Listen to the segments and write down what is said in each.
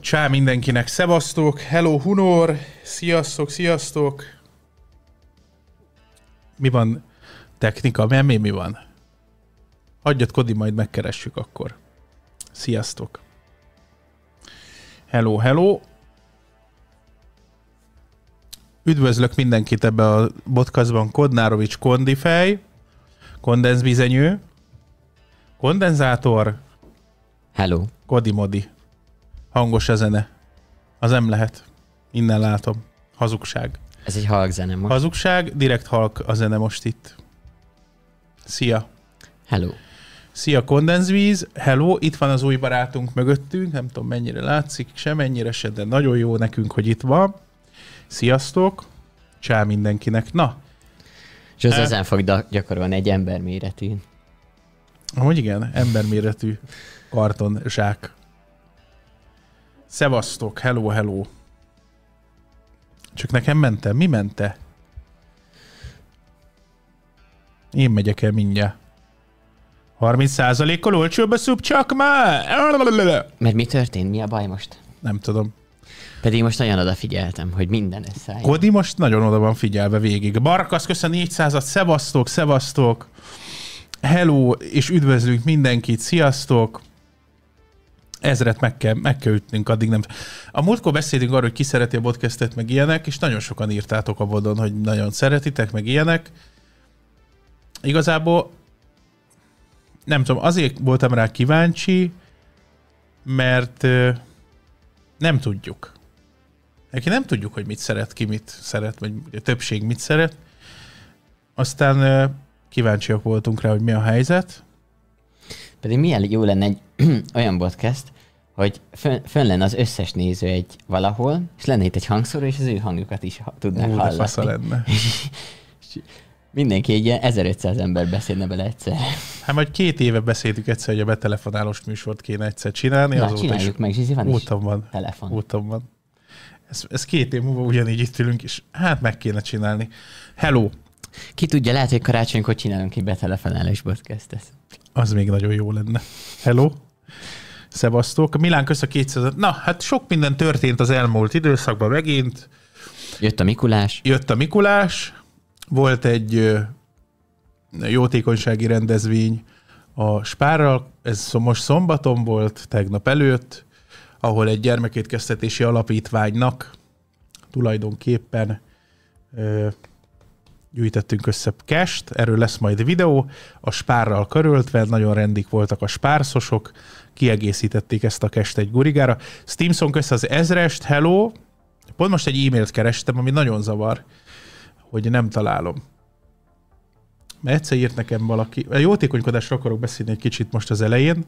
Csá mindenkinek, szevasztok, hello Hunor, sziasztok. Mi van technika? Mi van? Hagyjad, Kodi, majd megkeressük akkor. Sziasztok. Hello. Üdvözlök mindenkit ebbe a podcastban. Kodnárovics Kondifej, kondenzbizenyő, kondenzátor, hello. Kodi Modi. Hangos a zene. Az nem lehet. Innen látom. Hazugság. Ez egy halk zene most. Hazugság, direkt halk a zene most itt. Szia. Hello. Szia, kondenzvíz. Hello, itt van az új barátunk mögöttünk. Nem tudom, mennyire látszik, semennyire se, de nagyon jó nekünk, hogy itt van. Sziasztok. Csá mindenkinek. Na. És az ezen fog gyakorolni egy emberméretű. Hogy igen, emberméretű karton zsák. Szevasztok, hello. Csak nekem mentem. Mi mente? Én megyek el mindjárt. 30%-kal olcsóbb a szub, csak már! Mert mi történt? Mi a baj most? Nem tudom. Pedig most nagyon odafigyeltem, hogy minden összeáll. Kodi most nagyon oda van figyelve végig. Barkasz, köszön 400-at, szevasztok. Hello, és üdvözlünk mindenkit, sziasztok. Ezret meg kell ütnünk, addig nem. A múltkor beszéltünk arról, hogy ki szereti a podcastet, meg ilyenek, és nagyon sokan írtátok a vodon, hogy nagyon szeretitek, meg ilyenek. Igazából nem tudom, azért voltam rá kíváncsi, mert nem tudjuk. Neki nem tudjuk, hogy mit szeret, ki mit szeret, vagy a többség mit szeret. Aztán kíváncsiak voltunk rá, hogy mi a helyzet. Pedig milyen jó lenne egy olyan podcast, hogy fönn lenne az összes néző egy valahol, és lenne itt egy hangszóró, és az ő hangjukat is tudnák hallani. De fasza lenne. Mindenki egy ilyen 1500 ember beszélne bele egyszer. Hát majd 2 éve beszéltük egyszer, hogy a betelefonálós műsort kéne egyszer csinálni. Na, csináljuk meg, Zsizi, van úton van. Telefon. Úton van. Ez 2 év múlva ugyanígy itt ülünk, és hát meg kéne csinálni. Hello! Ki tudja, lehet, hogy karácsonykor csinálunk egy betelefonálós podcastet. Az még nagyon jó lenne. Hello! Szevasztok! Milán, kösz a 200. Na, hát sok minden történt az elmúlt időszakban megint. Jött a Mikulás. Volt egy jótékonysági rendezvény a Spárral, ez most szombaton volt, tegnap előtt, ahol egy gyermekétkeztetési alapítványnak tulajdonképpen gyűjtettünk össze cash-t, erről lesz majd videó, a Spárral körültve, nagyon rendik voltak a spárszosok, kiegészítették ezt a cash-t egy gurigára. Steamson, kösz az 1000-est, hello! Pont most egy e-mailt kerestem, ami nagyon zavar, hogy nem találom. Mert egyszer írt nekem valaki, a jótékonykodásra akarok beszélni egy kicsit most az elején.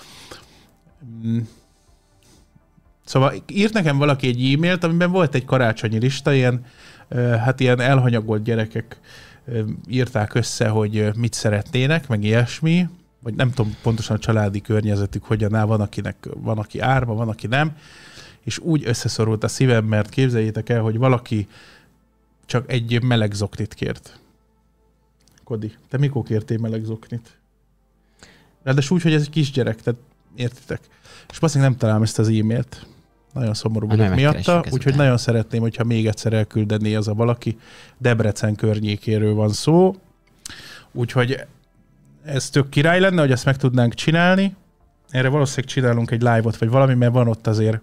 Szóval írt nekem valaki egy e-mailt, amiben volt egy karácsonyi lista, ilyen elhanyagolt gyerekek írták össze, hogy mit szeretnének, meg ilyesmi, vagy nem tudom pontosan a családi környezetük hogyan áll, van aki árva, van aki nem, és úgy összeszorult a szívem, mert képzeljétek el, hogy valaki csak egy meleg zoknit kért. Kodi, te mikor kértél meleg zoknit? Ráadásul úgy, hogy ez egy kisgyerek, tehát értitek. És valószínűleg nem találom ezt az e-mailt. Nagyon szomorú vagyok miatta, úgyhogy nagyon szeretném, hogyha még egyszer elküldené az a valaki. Debrecen környékéről van szó. Úgyhogy ez tök király lenne, hogy ezt meg tudnánk csinálni. Erre valószínűleg csinálunk egy live-ot, vagy valami, mert van ott azért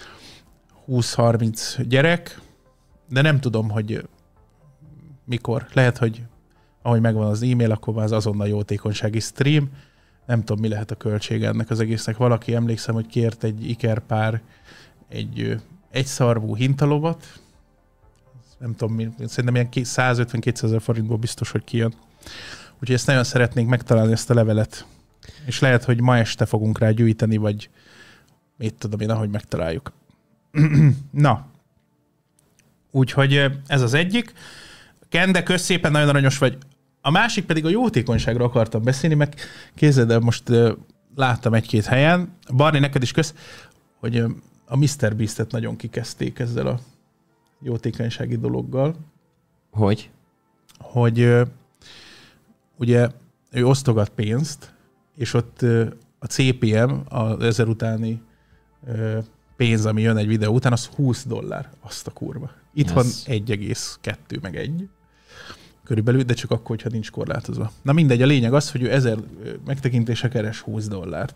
20-30 gyerek, de nem tudom, hogy mikor. Lehet, hogy ahogy megvan az e-mail, akkor már az azonnal jótékonysági stream. Nem tudom, mi lehet a költsége ennek az egésznek. Valaki, emlékszem, hogy kért egy ikerpár egy szarvú hintalovat. Nem tudom, szerintem ilyen 150-200 forintból biztos, hogy kijön. Úgyhogy ezt nagyon szeretnénk megtalálni, ezt a levelet. És lehet, hogy ma este fogunk rá gyűjteni, vagy mit tudom én, ahogy megtaláljuk. Na. Úgyhogy ez az egyik. Kende, kösz szépen, nagyon aranyos vagy. A másik pedig a jótékonyságra akartam beszélni, meg kézzel, de most láttam egy-két helyen. Barni, neked is kösz, hogy a Mr. Beast-et nagyon kikezdték ezzel a jótékonysági dologgal. Hogy? Hogy ugye ő osztogat pénzt, és ott a CPM, az 1000 utáni pénz, ami jön egy videó után, az $20. Azt a kurva. Itt van Ez- 1,2 meg 1 körülbelül, de csak akkor, hogyha nincs korlátozva. Na mindegy, a lényeg az, hogy ő 1000 megtekintése keres $20.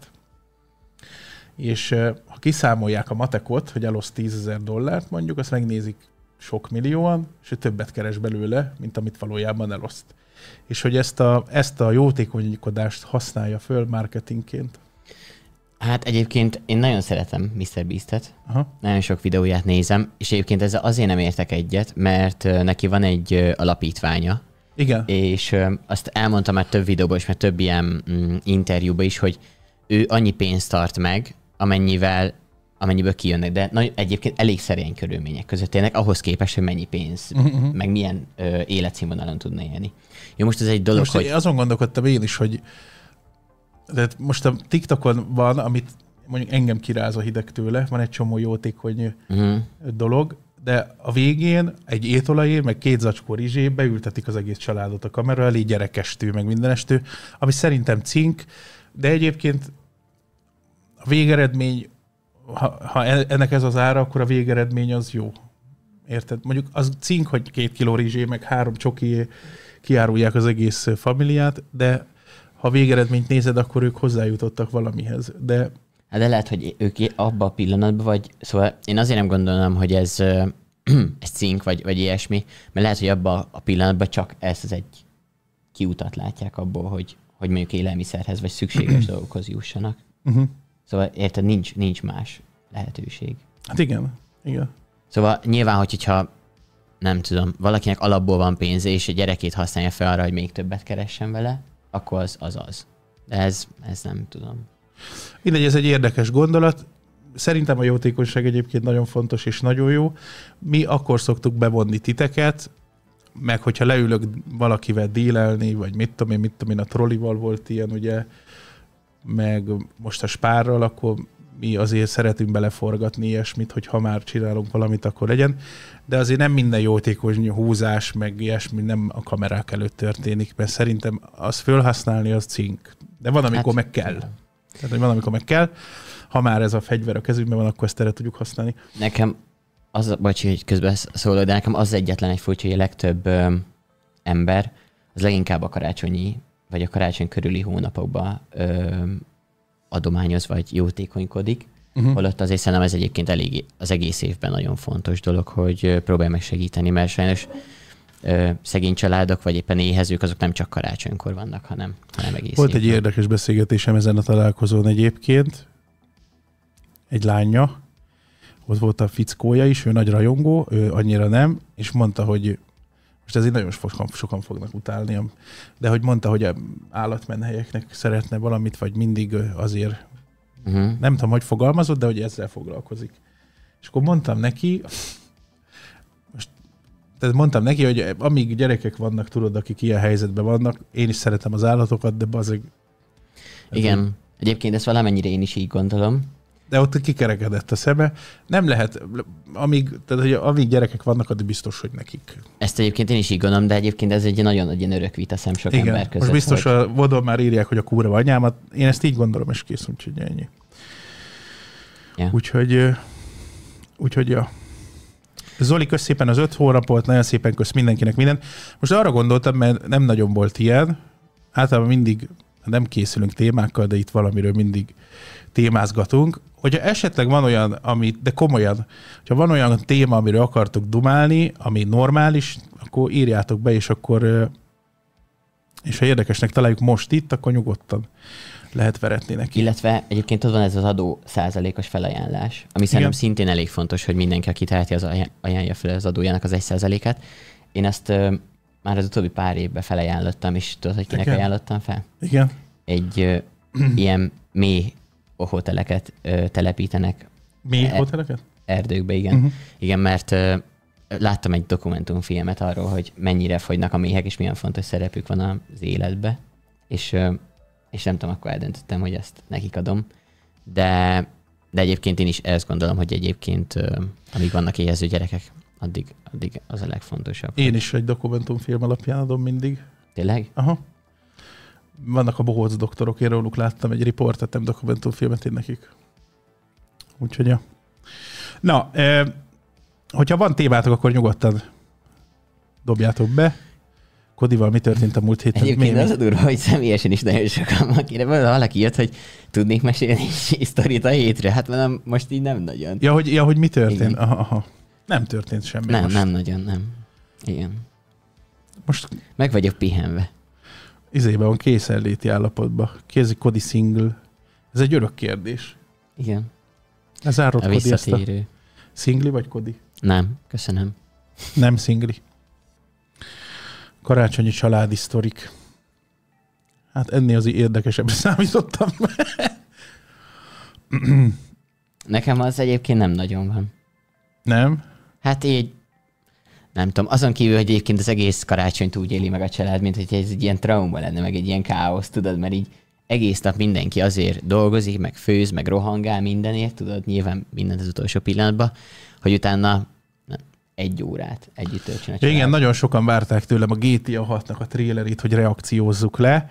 És ha kiszámolják a matekot, hogy eloszt $10,000 mondjuk, azt megnézik sok millióan, és ő többet keres belőle, mint amit valójában eloszt. És hogy ezt a jótékonykodást használja föl marketingként. Hát egyébként én nagyon szeretem MrBeast-et. Aha. Nagyon sok videóját nézem, és egyébként ezzel azért nem értek egyet, mert neki van egy alapítványa, Igen. és azt elmondtam már több videóban is, mert több ilyen interjúban is, hogy ő annyi pénzt tart meg, amennyiből kijönnek, de egyébként elég szerény körülmények között tényleg ahhoz képest, hogy mennyi pénz, meg milyen életszínvonalon tudna élni. Jó, most ez egy dolog, Most hogy... azon gondolkodtam én is, hogy tehát most a TikTokon van, amit mondjuk engem kiráz a hideg tőle, van egy csomó jótékony dolog, de a végén egy étolajért, meg 2 zacskó rizsé beültetik az egész családot a kamera elé, gyerekestő, meg mindenestő, ami szerintem cink, de egyébként a végeredmény, ha ennek ez az ára, akkor a végeredmény az jó. Érted? Mondjuk az cink, hogy 2 kiló rizsé, meg 3 csoki kiárulják az egész familiát, de ha végeredményt nézed, akkor ők hozzájutottak valamihez. De Hát de lehet, hogy ők abban a pillanatban, vagy... Szóval én azért nem gondolom, hogy ez cink, vagy ilyesmi, mert lehet, hogy abban a pillanatban csak ezt az egy kiutat látják abból, hogy mondjuk élelmiszerhez, vagy szükséges dolgokhoz jussanak. Szóval érted, nincs más lehetőség. hát igen. Szóval nyilván, hogyha nem tudom, valakinek alapból van pénze, és a gyerekét használja fel arra, hogy még többet keressen vele, akkor az. De ez nem tudom. Mindegy, ez egy érdekes gondolat. Szerintem a jótékonyság egyébként nagyon fontos és nagyon jó. Mi akkor szoktuk bevonni titeket, meg hogyha leülök valakivel dílelni, vagy mit tudom én, a trollival volt ilyen, ugye, meg most a Spárral, akkor mi azért szeretünk beleforgatni ilyesmit, hogy ha már csinálunk valamit, akkor legyen. De azért nem minden jótékony húzás, meg ilyesmi nem a kamerák előtt történik, mert szerintem az fölhasználni az cink. De van, amikor meg kell. Tehát, hogy van, amikor meg kell. Ha már ez a fegyver a kezünkben van, akkor ezt erre tudjuk használni. Nekem bocsi, hogy közben szólok, de nekem az egyetlen egy furcsa, hogy a legtöbb ember az leginkább a karácsonyi, vagy a karácsony körüli hónapokban adományoz, vagy jótékonykodik. Holott azért szerintem ez egyébként elég az egész évben nagyon fontos dolog, hogy próbálj meg segíteni, mert sajnos szegény családok, vagy éppen éhezők, azok nem csak karácsonykor vannak, hanem egész Volt évben. egy érdekes beszélgetésem ezen a találkozón egyébként. Egy lánya, ott volt a fickója is, ő nagy rajongó, ő annyira nem, és mondta, hogy most ezért nagyon sokan fognak utálni, de hogy mondta, hogy állatmenhelyeknek szeretne valamit, vagy mindig azért, nem tudom, hogy fogalmazott, de hogy ezzel foglalkozik. És akkor mondtam neki, hogy amíg gyerekek vannak, tudod, akik ilyen helyzetben vannak, én is szeretem az állatokat, de bazeg... Igen, egyébként ezt valamennyire én is így gondolom. De ott kikerekedett a szeme. Nem lehet, amíg gyerekek vannak, addig biztos, hogy nekik. Ezt egyébként én is így gondolom, de egyébként ez egy nagyon nagy örök vita szem sok ember között. Most biztos hogy... a vodon már írják, hogy a kurva anyámat. Én ezt így gondolom, és kész, úgyhogy ennyi. Ja. Úgyhogy ja. Zoli, kösz szépen az 5 hónapot, nagyon szépen kösz mindenkinek mindent. Most arra gondoltam, mert nem nagyon volt ilyen. Általában mindig nem készülünk témákkal, de itt valamiről mindig témázgatunk. Hogyha esetleg van olyan, de komolyan, hogyha van olyan téma, amiről akartok dumálni, ami normális, akkor írjátok be, és akkor és ha érdekesnek találjuk most itt, akkor nyugodtan lehet veretni neki. Illetve egyébként ott van ez az adó százalékos felajánlás, ami szerintem szintén elég fontos, hogy mindenki, aki teheti, az ajánlja fel az adójának az 1%-át. Én ezt már az utóbbi pár évben felajánlottam, és tudod, hogy kinek ajánlottam fel? Igen. Egy ilyen mély hoteleket telepítenek. Mély hoteleket? Erdőkbe, igen. Igen, mert láttam egy dokumentumfilmet arról, hogy mennyire fogynak a méhek, és milyen fontos szerepük van az életbe. És nem tudom, akkor eldöntöttem, hogy ezt nekik adom. De egyébként én is ezt gondolom, hogy egyébként amíg vannak éhező gyerekek, addig az a legfontosabb. Én is egy dokumentumfilm alapján adom mindig. Tényleg? Aha. Vannak a bohóc doktorok, én róluk láttam egy riportet, nem dokumentumfilmet én nekik. Úgyhogy ja. Na, hogyha van témátok, akkor nyugodtan dobjátok be. Kodival mi történt a múlt héten? Egyébként az a durva, hogy személyesen is nagyon sokan, akire valaki jött, hogy tudnék mesélni egy sztorit a hétre. Hát mondom, most így nem nagyon. Ja, hogy mi történt? Aha. Nem történt semmi. Nem nagyon, nem. Igen. Most meg vagyok pihenve. Izében van készenléti állapotban. Kézi Kodi single. Ez egy örök kérdés. Igen. Lezárod a Kodi ezt a... Szingli vagy Kodi? Nem, köszönöm. Nem szingli. Karácsonyi családi sztorik. Hát ennél az érdekesebbre számítottam. Nekem az egyébként nem nagyon van. Nem? Hát így, nem tudom, azon kívül, hogy egyébként az egész karácsonyt úgy éli meg a család, mint hogy ez egy ilyen trauma lenne, meg egy ilyen káosz, tudod, mert így egész nap mindenki azért dolgozik, meg főz, meg rohangál mindenért, tudod, nyilván mindent az utolsó pillanatban, hogy utána 1 órát együtt töltsön a család. Igen, nagyon sokan várták tőlem a GTA 6-nak a trélerét, hogy reakciózzuk le,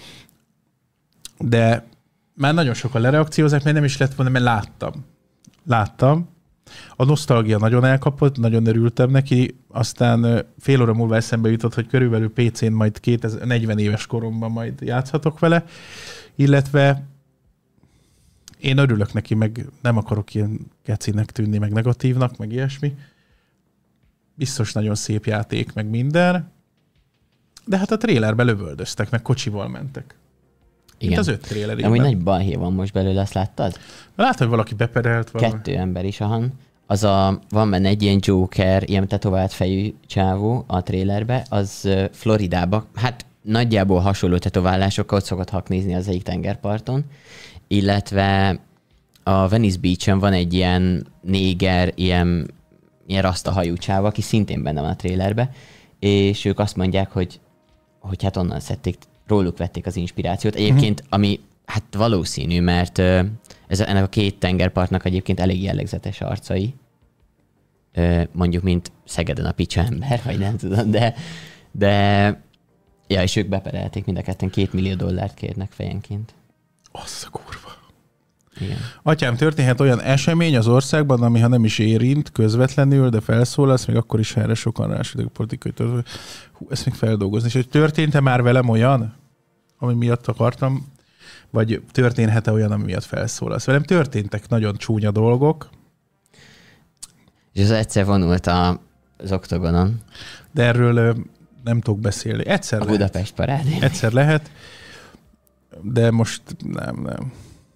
de már nagyon sokan lereakciózzák, mert nem is lett volna, mert láttam. A nosztalgia nagyon elkapott, nagyon örültem neki, aztán fél óra múlva eszembe jutott, hogy körülbelül PC-n majd 40 éves koromban majd játszhatok vele, illetve én örülök neki, meg nem akarok ilyen kecinek tűnni, meg negatívnak, meg ilyesmi. Biztos nagyon szép játék, meg minden, de hát a trélerbe lövöldöztek, meg kocsival mentek. Igen. Itt az 5 trélerében. Amúgy nagy balhé van most belőle, azt láttad? Látod, hogy valaki beperelt valami. 2 ember is, van benne egy ilyen Joker, ilyen tetovált fejű csávó a trélerbe, az Floridába, hát nagyjából hasonló tetoválásokkal ott szokott haknézni az egyik tengerparton, illetve a Venice Beach-en van egy ilyen néger, ilyen rasztahajú csáva, aki szintén benne van a trélerbe, és ők azt mondják, hogy hát onnan szedték, róluk vették az inspirációt. Egyébként, ami hát valószínű, mert ennek a 2 tengerpartnak egyébként elég jellegzetes arcai, mondjuk, mint Szegeden a picsa ember, vagy nem tudom, de ja, és ők beperelték, mind a ketten $2 millió kérnek fejenként. Az a kurva. Igen. Atyám, történhet olyan esemény az országban, ami ha nem is érint közvetlenül, de felszólalsz, még akkor is erre sokan rásütök a politikai történet. Ezt még feldolgozni. És hogy történt-e már velem olyan, ami miatt akartam, vagy történhet-e olyan, ami miatt felszólalsz? Velem történtek nagyon csúnya dolgok. És az egyszer vonult az oktogonon. De erről nem tudok beszélni. Egyszer a lehet. Budapest parádén. Egyszer lehet, de most nem.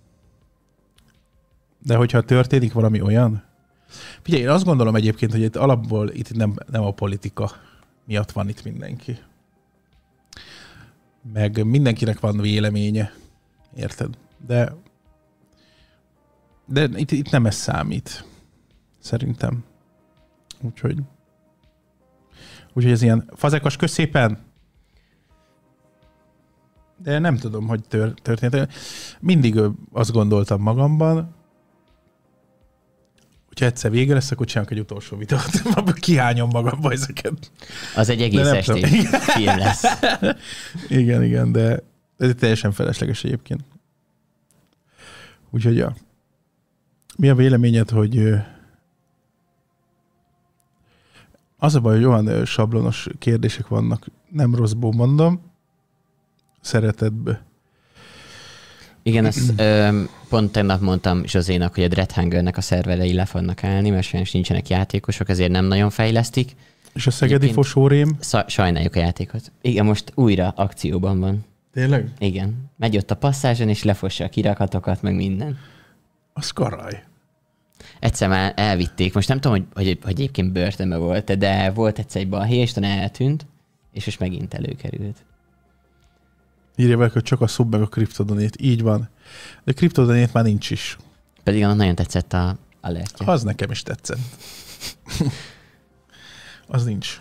De hogyha történik valami olyan... Figyelj, én azt gondolom egyébként, hogy itt alapból itt nem a politika miatt van itt mindenki. Meg mindenkinek van véleménye. Érted? De itt nem ez számít. Szerintem. Úgyhogy ez ilyen fazekas, köszépen. De nem tudom, hogy történt. Mindig azt gondoltam magamban, hogyha egyszer vége lesz, akkor csinálok egy utolsó videót. Kihányom magamba ezeket. Az egy egész estés film lesz. Igen, de ez teljesen felesleges egyébként. Úgyhogy ja. Mi a véleményed, hogy az a baj, hogy olyan sablonos kérdések vannak, nem rosszból mondom, szeretetből. Igen, azt pont tegnap mondtam Zsozénak, hogy a Dreadhungernek a szerverei le fognak állni, mert sajnos nincsenek játékosok, ezért nem nagyon fejlesztik. És a szegedi fosórém? Sajnáljuk a játékot. Igen, most újra akcióban van. Tényleg? Igen. Megy ott a passzázson, és lefossa a kirakatokat, meg minden. Az karaj. Egyszer már elvitték, most nem tudom, hogy egyébként börtönben volt, de volt egyszer egy balhé, és eltűnt, és most megint előkerült. Írja be, hogy csak a szub meg a kriptodonét. Így van. De kriptodonét már nincs is. Pedig annak nagyon tetszett a alertje. Az nekem is tetszett. Az nincs.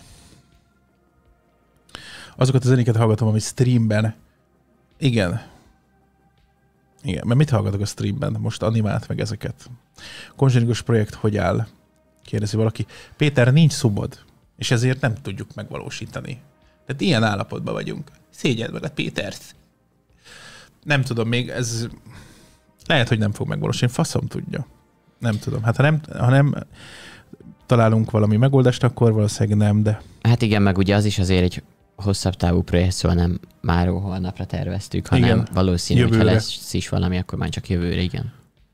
Azokat a zenéket hallgatom, ami streamben. Igen, mert mit hallgatok a streamben? Most animált meg ezeket. Konzsenikus projekt hogy áll? Kérdezi valaki. Péter, nincs szubod, és ezért nem tudjuk megvalósítani. Tehát ilyen állapotban vagyunk. Szégyeld meg a Pétert. Nem tudom, még ez... Lehet, hogy nem fog megvalósítani. Faszom tudja. Nem tudom. Hát ha nem találunk valami megoldást, akkor valószínűleg nem, de... Hát igen, meg ugye az is azért egy hosszabb távú projekt, szóval nem máról holnapra terveztük, hanem igen, valószínű, hogyha lesz is valami, akkor már csak jövőre, igen.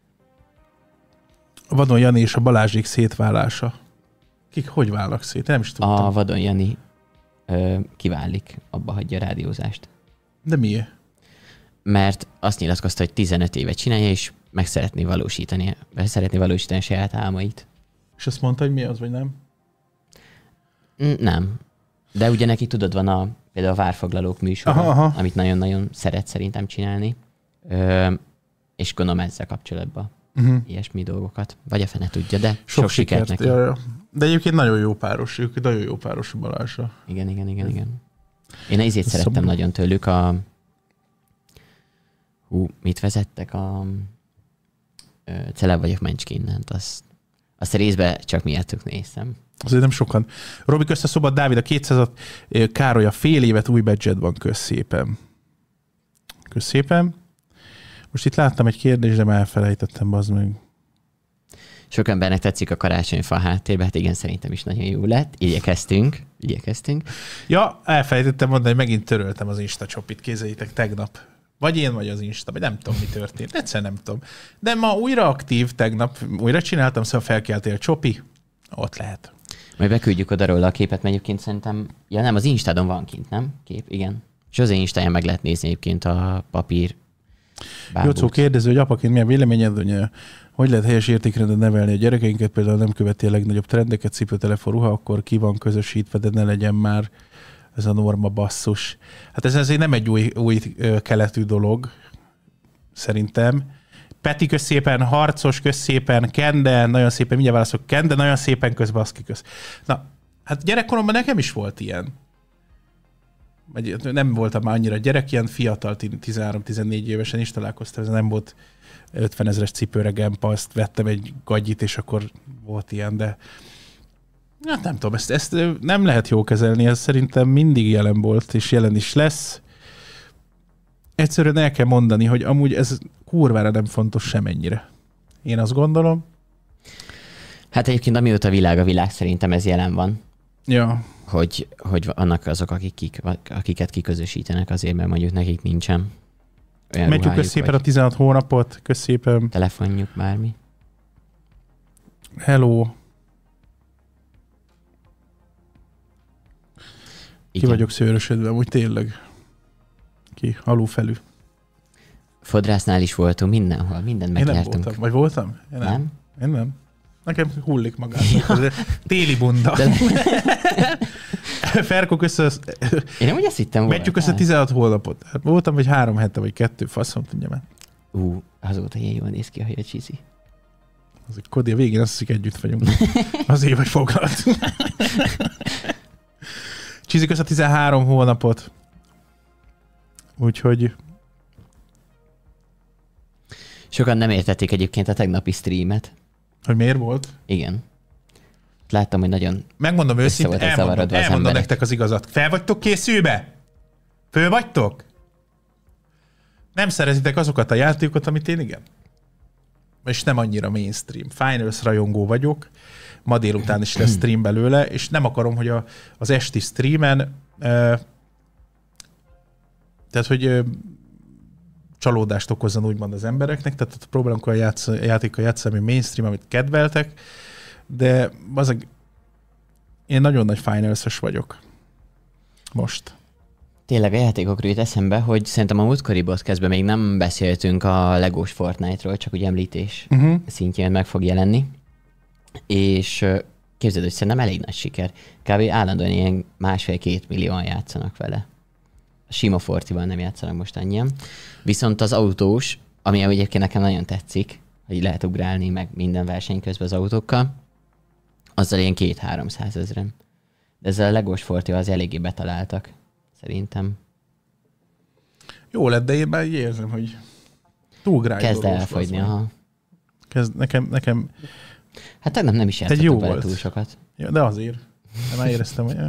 Vadon Jani és a Balázsék szétválása. Kik hogy válnak szét? Nem is tudtam. A Vadon Jani kiválik, abba hagyja a rádiózást. De miért? Mert azt nyilatkozta, hogy 15 évet csinálja, és szeretné valósítani a saját álmait. És azt mondta, hogy mi az, vagy nem? Nem. De ugye neki tudod, van például a Várfoglalók műsora, amit nagyon-nagyon szeret szerintem csinálni. És gondolom ezzel kapcsolatban ilyesmi dolgokat. Vagy a fene tudja, de sok sikert neki. Ja. De egyébként nagyon jó páros, nagyon jó páros a Balázsra. Igen. Én a izét szerettem nagyon tőlük. Mit vezettek? Celeb vagyok, mencs ki innent. Azt a részben csak miattuk néztem. Azért nem sokan. Robi, közt a szobat, Dávid a 200-at, Károly a fél évet, új budget van, kösz szépen. Kösz szépen. Most itt láttam egy kérdést, de már elfelejtettem, bazd meg. Sok embernek tetszik a karácsonyfa háttérben, hát igen, szerintem is nagyon jó lett. Igyekeztünk. Ja, elfelejtettem mondani, hogy megint töröltem az Insta csopit, kézzeljétek tegnap. Vagy én, vagy az Insta, vagy nem tudom, mi történt. Egyszerűen nem tudom. De ma újra aktív, tegnap újra csináltam, szóval felkeltél csopi, ott lehet. Majd beküldjük oda róla a képet, mert egyébként szerintem, ja nem, az Instádon van kint, nem? Kép, igen. És az én Instáján meg lehet nézni egyébként a papír bábút. Jocó kérdező, hogy apaként milyen véleményed, hogy lehet helyes értékrendet nevelni a gyerekeinket, például nem követi a legnagyobb trendeket, cipő, telefon, ruha, akkor ki van közösítve, de ne legyen már ez a norma, basszus. Hát ez azért nem egy új keletű dolog, szerintem. Peti, kösz szépen, Harcos, kösz szépen, Kende, nagyon szépen, mindjárt válaszok, Kende, nagyon szépen, kösz, baszki, kösz. Na, hát gyerekkoromban nekem is volt ilyen. Nem voltam már annyira gyerek, ilyen fiatal, 13-14 évesen is találkoztam, ez nem volt 50 000-es cipőre gempaszt, vettem egy gagyit, és akkor volt ilyen, de hát nem tudom, ezt nem lehet jól kezelni, ez szerintem mindig jelen volt, és jelen is lesz. Egyszerűen el kell mondani, hogy amúgy ez kurvára nem fontos semennyire. Én azt gondolom. Hát egyébként amióta a világ szerintem ez jelen van. Ja. Hogy vannak azok, akiket kiközösítenek azért, mert mondjuk nekik nincsen olyan Mentjük kösz szépen a 16 hónapot, kösz szépen. Telefonjuk, bármi. Hello. Igen. Ki vagyok szőrösödve, úgy tényleg. Ki? Alulfelül. Fodrásznál is voltunk, mindenhol, mindent megjártunk. Én nem voltam. Vagy voltam? Én nem. Nekem hullik magát. Téli bunda. Ferko, köszönöm. Én nem úgy azt hittem volna. Mentjük össze 16 hónapot. Hát voltam, vagy 3 hete, vagy 2, faszom, tudja már. Azóta ilyen jól néz ki a haja, Csizi. Azért Kodi, a végén azt hiszik, együtt vagyunk. Azért vagy foglalt. Csizi, köszönöm 13 hónapot. Úgyhogy... Sokan nem értették egyébként a tegnapi streamet. Hogy miért volt? Igen. Láttam, hogy nagyon megmondom őszintén, elmondom nektek az igazat. Fel vagytok készülve? Föl vagytok? Nem szeretitek azokat a játékokat, amit én igen? És nem annyira mainstream. Finals rajongó vagyok, ma délután is lesz stream belőle, és nem akarom, hogy az esti streamen tehát, hogy csalódást okozzon úgymond az embereknek, tehát próbálunk a játékkal játszani, ami mainstream, amit kedveltek, de én nagyon nagy Finals-ös vagyok. Most. Tényleg a játékokról jut eszembe, hogy szerintem a múltkori podcastben még nem beszéltünk a Legós Fortnite-ról, csak úgy említés szintjén meg fog jelenni. És képzeld, hogy szerintem elég nagy siker. Kb. Állandóan ilyen 1,5-2 millióan játszanak vele. A sima Fortival nem játszanak most annyian. Viszont az autós, ami egyébként nekem nagyon tetszik, hogy lehet ugrálni meg minden verseny közben az autókkal, azzal ilyen 200-300 ezeren. De ezzel a Legós Fortival az eléggé betaláltak, szerintem. Jó lett, de én már így érzem, hogy túl kezd elfogyni, aha. Nekem... Hát tegnap nem is játszottuk vele túl sokat. Ja, de azért. De már éreztem, hogy...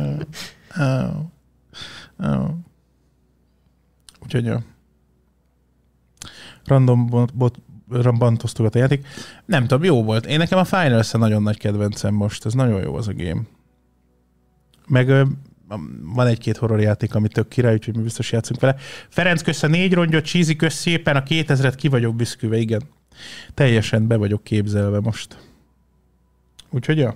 Úgyhogy random rambantoztogat a játék. Nem tudom, jó volt. Én nekem a Finals-en nagyon nagy kedvencem most. Ez nagyon jó az a game. Meg van egy-két horror játék, ami tök király, úgyhogy mi biztos játszunk vele. Ferenc, kösz a 4 rongyot, Cheesy, kösz szépen, a 2000-et ki vagyok büszkülve, igen. Teljesen be vagyok képzelve most. Úgyhogy ja.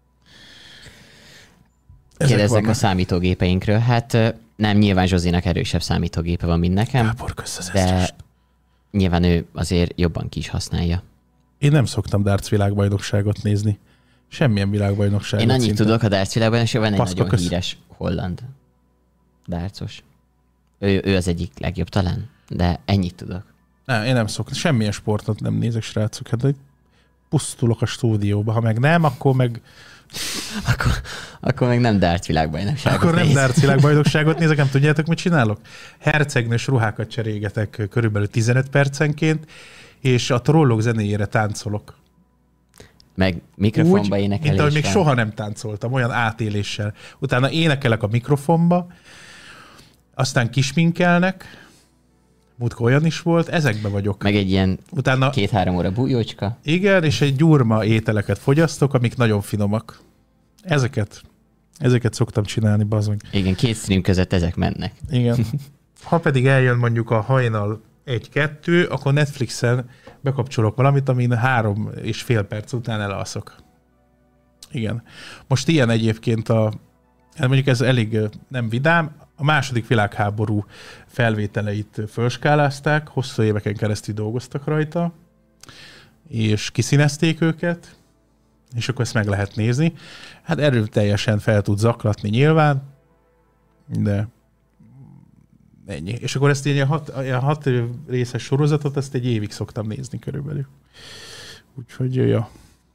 Kérdezzek a számítógépeinkről. Hát nem, nyilván Zsózinak erősebb számítógépe van, mint nekem. Gábor, kösz az de ezrest. nyilván ő azért jobban ki is használja. Én nem szoktam darts világbajnokságot nézni. Semmilyen világbajnokságot. Én annyit tudok a darts világban, és van egy Paszka, nagyon híres holland dartsos. Ő az egyik legjobb talán, de ennyit tudok. Nem, én nem szoktam. Semmilyen sportot nem nézek, srácok. Hát pusztulok a stúdióba. Ha meg nem, akkor meg... Akkor meg nem darts világbajnokságot Akkor nem néz. darts világbajnokságot nézek, nem tudjátok, mit csinálok? Hercegnős ruhákat cserégetek körülbelül 15 percenként, és a trollok zenéjére táncolok. Meg mikrofonba Úgy, énekelés. mint ahogy még van. soha nem táncoltam, olyan átéléssel. Utána énekelek a mikrofonba, aztán kisminkelnek, múltkor olyan is volt, ezekbe vagyok. Meg egy ilyen Utána 2-3 óra bújócska. igen, és egy gyurma ételeket fogyasztok, amik nagyon finomak. Ezeket szoktam csinálni, bazony. Igen, 2 stream között ezek mennek. Igen. Ha pedig eljön mondjuk a hajnal 1-2, akkor Netflixen bekapcsolok valamit, amin 3,5 perc után elalszok. Igen. Most ilyen egyébként hát mondjuk ez elég nem vidám, a második világháború felvételeit fölskálázták, hosszú éveken keresztül dolgoztak rajta, és kiszínezték őket, és akkor ezt meg lehet nézni. Hát erőteljesen fel tud zaklatni nyilván, de ennyi. És akkor ezt ilyen 6 részes sorozatot, ezt egy évig szoktam nézni körülbelül. Úgyhogy, ja.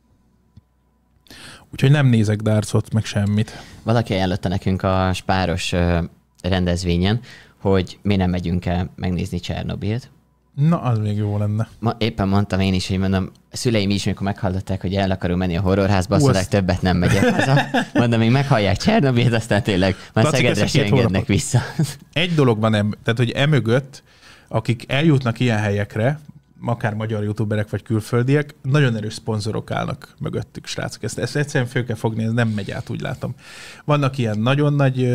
Úgyhogy nem nézek dartsot, meg semmit. Valaki ajánlotta nekünk a Spáros rendezvényen, hogy mi nem megyünk el megnézni Csernobilt. Na, az még jó lenne. Éppen mondtam én is, hogy mondom, a szüleim is, amikor meghallották, hogy el akarunk menni a horrorházba, azt mondták, többet nem megyek haza. Mondom, még meghallják Csernobilt, aztán tényleg már Laci, Szegedre se engednek vissza. Egy dolog van, tehát hogy emögött, akik eljutnak ilyen helyekre, akár magyar youtuberek vagy külföldiek, nagyon erős szponzorok állnak mögöttük, srácok. Ezt egyszerűen föl kell fogni, ez nem megy át, úgy látom. Vannak ilyen nagyon nagy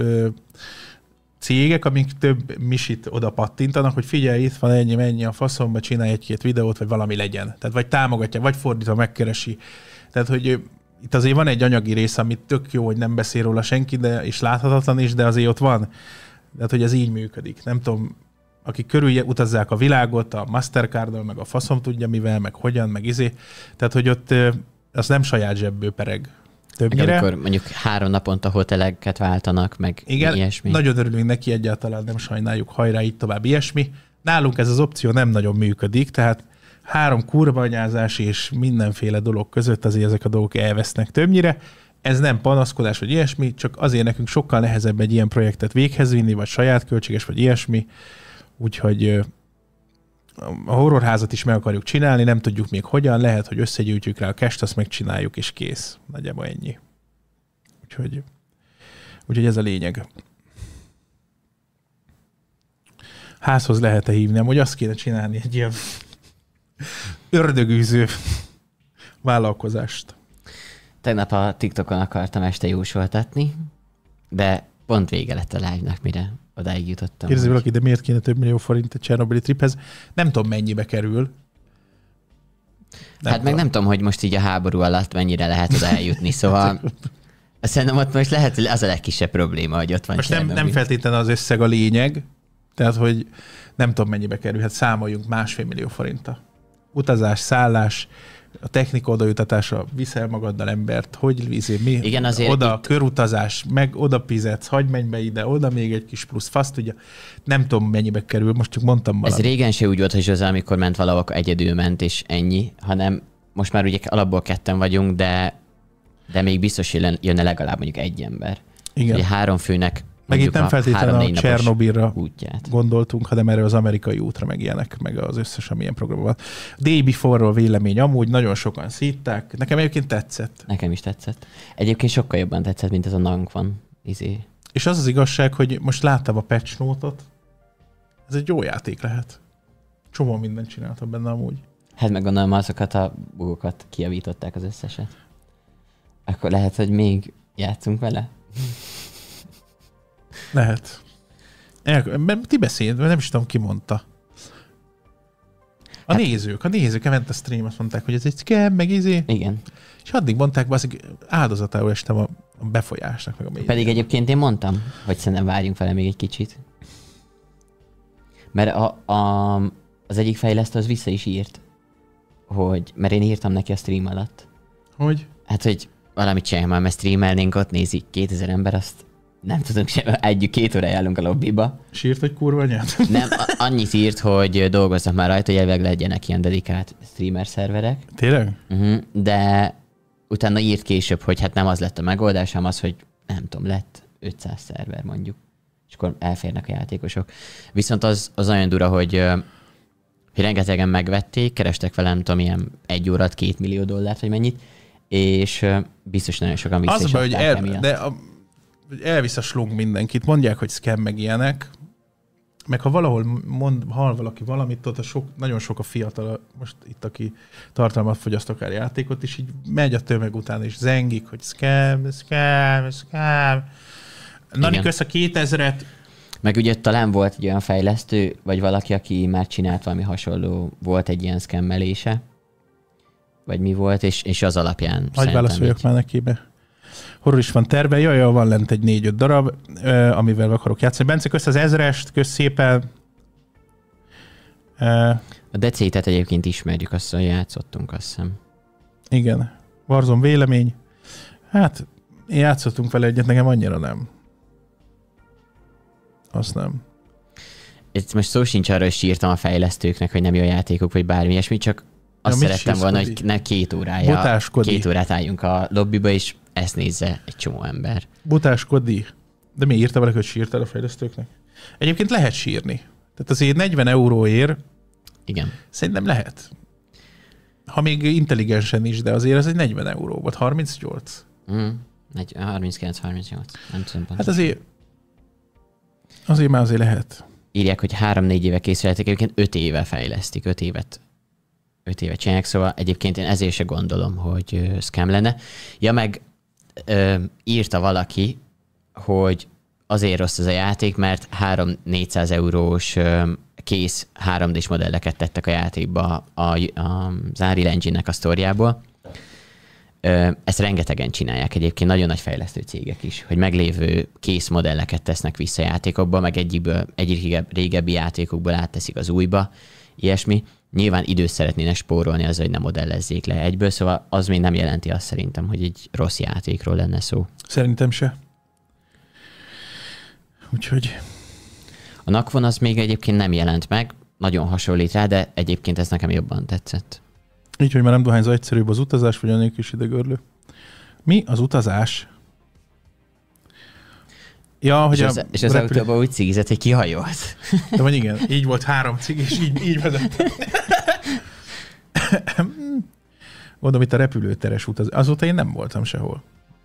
cégek, amik több misit oda pattintanak, hogy figyelj, itt van ennyi, mennyi a faszomba, csinálj egy-két videót, vagy valami legyen. Tehát vagy támogatja, vagy fordítva megkeresi. Tehát, hogy itt azért van egy anyagi rész, amit tök jó, hogy nem beszél róla senki, de és láthatatlan is, de azért ott van. Tehát, hogy ez így működik. Nem tudom, akik körül utazzák a világot, a Mastercarddal, meg a faszom tudja mivel, meg hogyan, meg izé. Tehát, hogy ott az nem saját zsebből pereg. Többnyire. Amikor mondjuk 3 naponta hoteleket váltanak, meg igen, ilyesmi. Nagyon örülünk neki, egyáltalán nem sajnáljuk, hajrá, így tovább ilyesmi. Nálunk ez az opció nem nagyon működik, tehát 3 kurvanyázás és mindenféle dolog között azért ezek a dolgok elvesznek többnyire. Ez nem panaszkodás, vagy ilyesmi, csak azért nekünk sokkal nehezebb egy ilyen projektet véghez vinni, vagy saját költséges, vagy ilyesmi. Úgyhogy a horrorházat is meg akarjuk csinálni, nem tudjuk még hogyan, lehet, hogy összegyűjtjük rá a cash-t, azt megcsináljuk, és kész. Nagyjából ennyi. Úgyhogy ez a lényeg. Házhoz lehet-e hívni? Amúgy azt kéne csinálni, egy ilyen ördögűző vállalkozást. Tegnap a TikTokon akartam este jósoltatni, de pont vége lett a live-nak, mire odáig jutottam. Kérdezi valaki, de miért kéne több millió forint a Csernobili triphez? Nem tudom, mennyibe kerül. Hát meg nem tudom, hogy most így a háború alatt mennyire lehet oda eljutni, szóval szerintem ott most lehet, hogy az a legkisebb probléma, hogy ott van most Csernobil. nem feltétlenül az összeg a lényeg, tehát, hogy nem tudom, mennyibe kerül. Hát számoljunk 1,5 millió forinttal. Utazás, szállás, a technika odajutatása, viszel magaddal embert, hogy mi? Igen, azért oda itt... körutazás, meg oda fizetsz, hagyd menj be ide, oda még egy kis plusz fasz, ugye. Nem tudom, mennyibe kerül, most csak mondtam valamit. Ez régen se úgy volt, hogy az, amikor ment valahol, egyedül ment, és ennyi, hanem most már ugye alapból 2 vagyunk, de még biztos jönne legalább mondjuk 1 ember. Igen. Ugye 3 főnek meg itt nem feltétlenül a Csernobilra útját gondoltunk, hanem erre az amerikai útra meg ilyenek, meg az összes, amilyen program van. Day Before-ról vélemény amúgy, nagyon sokan szítták. Nekem egyébként tetszett. Nekem is tetszett. Egyébként sokkal jobban tetszett, mint ez a Nank van. És az az igazság, hogy most láttam a patch note-ot, ez egy jó játék lehet. Csomó mindent csináltam benne amúgy. Hát meg gondolom azokat a bugokat kijavították az összeset. Akkor lehet, hogy még játszunk vele? Lehet. Ti beszélt, nem is tudom, ki mondta. A nézők, ment a stream, azt mondták, hogy ez egy scam, meg izé. Igen. És addig mondták, hogy áldozatául estem a befolyásnak, meg a médiának. Pedig egyébként én mondtam, hogy szerintem várjunk vele még egy kicsit. Mert az egyik fejlesztő az vissza is írt, hogy, mert én írtam neki a stream alatt. Hogy? Hát, hogy valamit csinálj már, mert streamelnénk, ott nézik 2000 ember, azt nem tudunk sem, 2 órája állunk a lobbyba. És írt, hogy kurva anyát? Nem, annyit írt, hogy dolgoznak már rajta, hogy elvileg legyenek ilyen dedikált streamer szerverek. Tényleg? De utána írt később, hogy hát nem az lett a megoldás, hanem az, hogy nem tudom, lett 500 szerver mondjuk. És akkor elférnek a játékosok. Viszont az nagyon dura, hogy rengetegen megvették, kerestek velem, nem tudom, ilyen 1 órát, $2 millió, vagy mennyit, és biztos nagyon sokan vissza is adták emiatt. Hogy elvisz a slung mindenkit, mondják, hogy scam meg ilyenek, meg ha valahol hall valaki valamit, ott nagyon sok a fiatal, most itt, aki tartalmat fogyaszt akár játékot, és így megy a tömeg után, és zengik, hogy scam. Nani, kösz a 2000-et. Meg ugye talán volt egy olyan fejlesztő, vagy valaki, aki már csinált valami hasonló, volt egy ilyen scammelése, vagy mi volt, és az alapján hagyj válaszoljak már nekibe. Horror is van terve, jaj, van lent egy 4-5 darab, amivel akarok játszani. Bence, kösz az 1000-est, kösz szépen. A Decétet egyébként ismerjük, azt hogy játszottunk, azt hiszem. Igen. Warzone vélemény. Hát, játszottunk vele egyet, nekem annyira nem. Azt nem. Itt most szó sincs arra, hogy sírtam a fejlesztőknek, hogy nem jó játékok, vagy bármi ilyesmi, csak azt szerettem volna, hogy ne 2 órája, 2 órát álljunk a lobbyba, és ezt nézze egy csomó ember. Butáskodni. De mi írta valaki, hogy sírtál a fejlesztőknek? Egyébként lehet sírni. Tehát azért 40 euróért igen. Szerintem lehet. Ha még intelligensen is, de azért ez egy 40 euró volt. 38? 39-38. Nem tudom. Hát azért már azért lehet. Írják, hogy 3-4 éve készültek, egyébként 5 éve fejlesztik, 5 évet csinálják, szóval egyébként én ezért se gondolom, hogy scam lenne. Ja, meg írta valaki, hogy azért rossz ez a játék, mert 300-400 eurós kész 3D-s modelleket tettek a játékba az Unreal Engine-nek a sztoriából. Ezt rengetegen csinálják egyébként, nagyon nagy fejlesztő cégek is, hogy meglévő kész modelleket tesznek vissza játékokba, meg egyik régebbi játékokból átteszik az újba, ilyesmi. Nyilván időt szeretnének spórolni azzal, hogy ne modellezzék le egyből, szóval az még nem jelenti azt szerintem, hogy egy rossz játékról lenne szó. Szerintem se. Úgyhogy... A Nakvon az még egyébként nem jelent meg, nagyon hasonlít rá, de egyébként ez nekem jobban tetszett. Így, hogy már nem dohányzó, egyszerűbb az utazás, vagy annyi kis idegörlő. Mi az utazás? Ja, hogy és az autóban úgy cigizett, hogy kihajolt. De vagy igen, így volt 3 cig, és így vezettem. Mondom, itt a repülőteres utazás. Azóta én nem voltam sehol.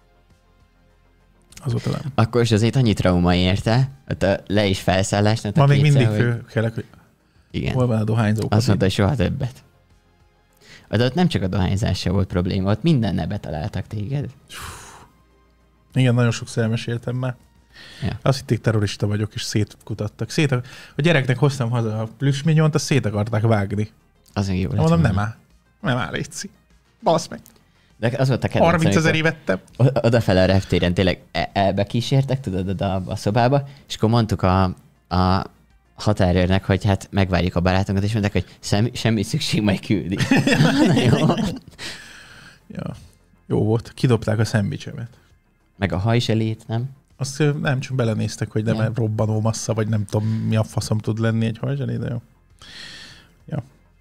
Azóta nem. Akkor is azért annyi trauma érte, ott a le is felszállásnak. Ma még mindig kellek, hogy igen. Hol van a dohányzó? Azt mondta, hogy soha többet. De ott nem csak a dohányzás se volt probléma, ott mindenne betaláltak téged. Igen, nagyon sokszor elmeséltem már. Ja. Azt hitték, terrorista vagyok, és szétkutattak. A gyereknek hoztam haza a plüsminyont, azt szét akarták vágni. Az még jó lett. Mondom, nem áll, létszi. Basz meg. De az volt a kedvenc, 30 000 vettem. Odafele a reptéren tényleg elbekísértek, tudod, oda a szobába, és akkor mondtuk a határőrnek, hogy hát megvárjuk a barátunkat, és mondták, hogy semmi szükség, majd küldi. Jó. Ja. Jó volt. Kidobták a szendvicsemet. Meg a hajzselét, nem? Azt nem, csak belenéztek, hogy nem robbanó massza, vagy nem tudom, mi a faszom tud lenni egy hajzselé, de jó. Ja.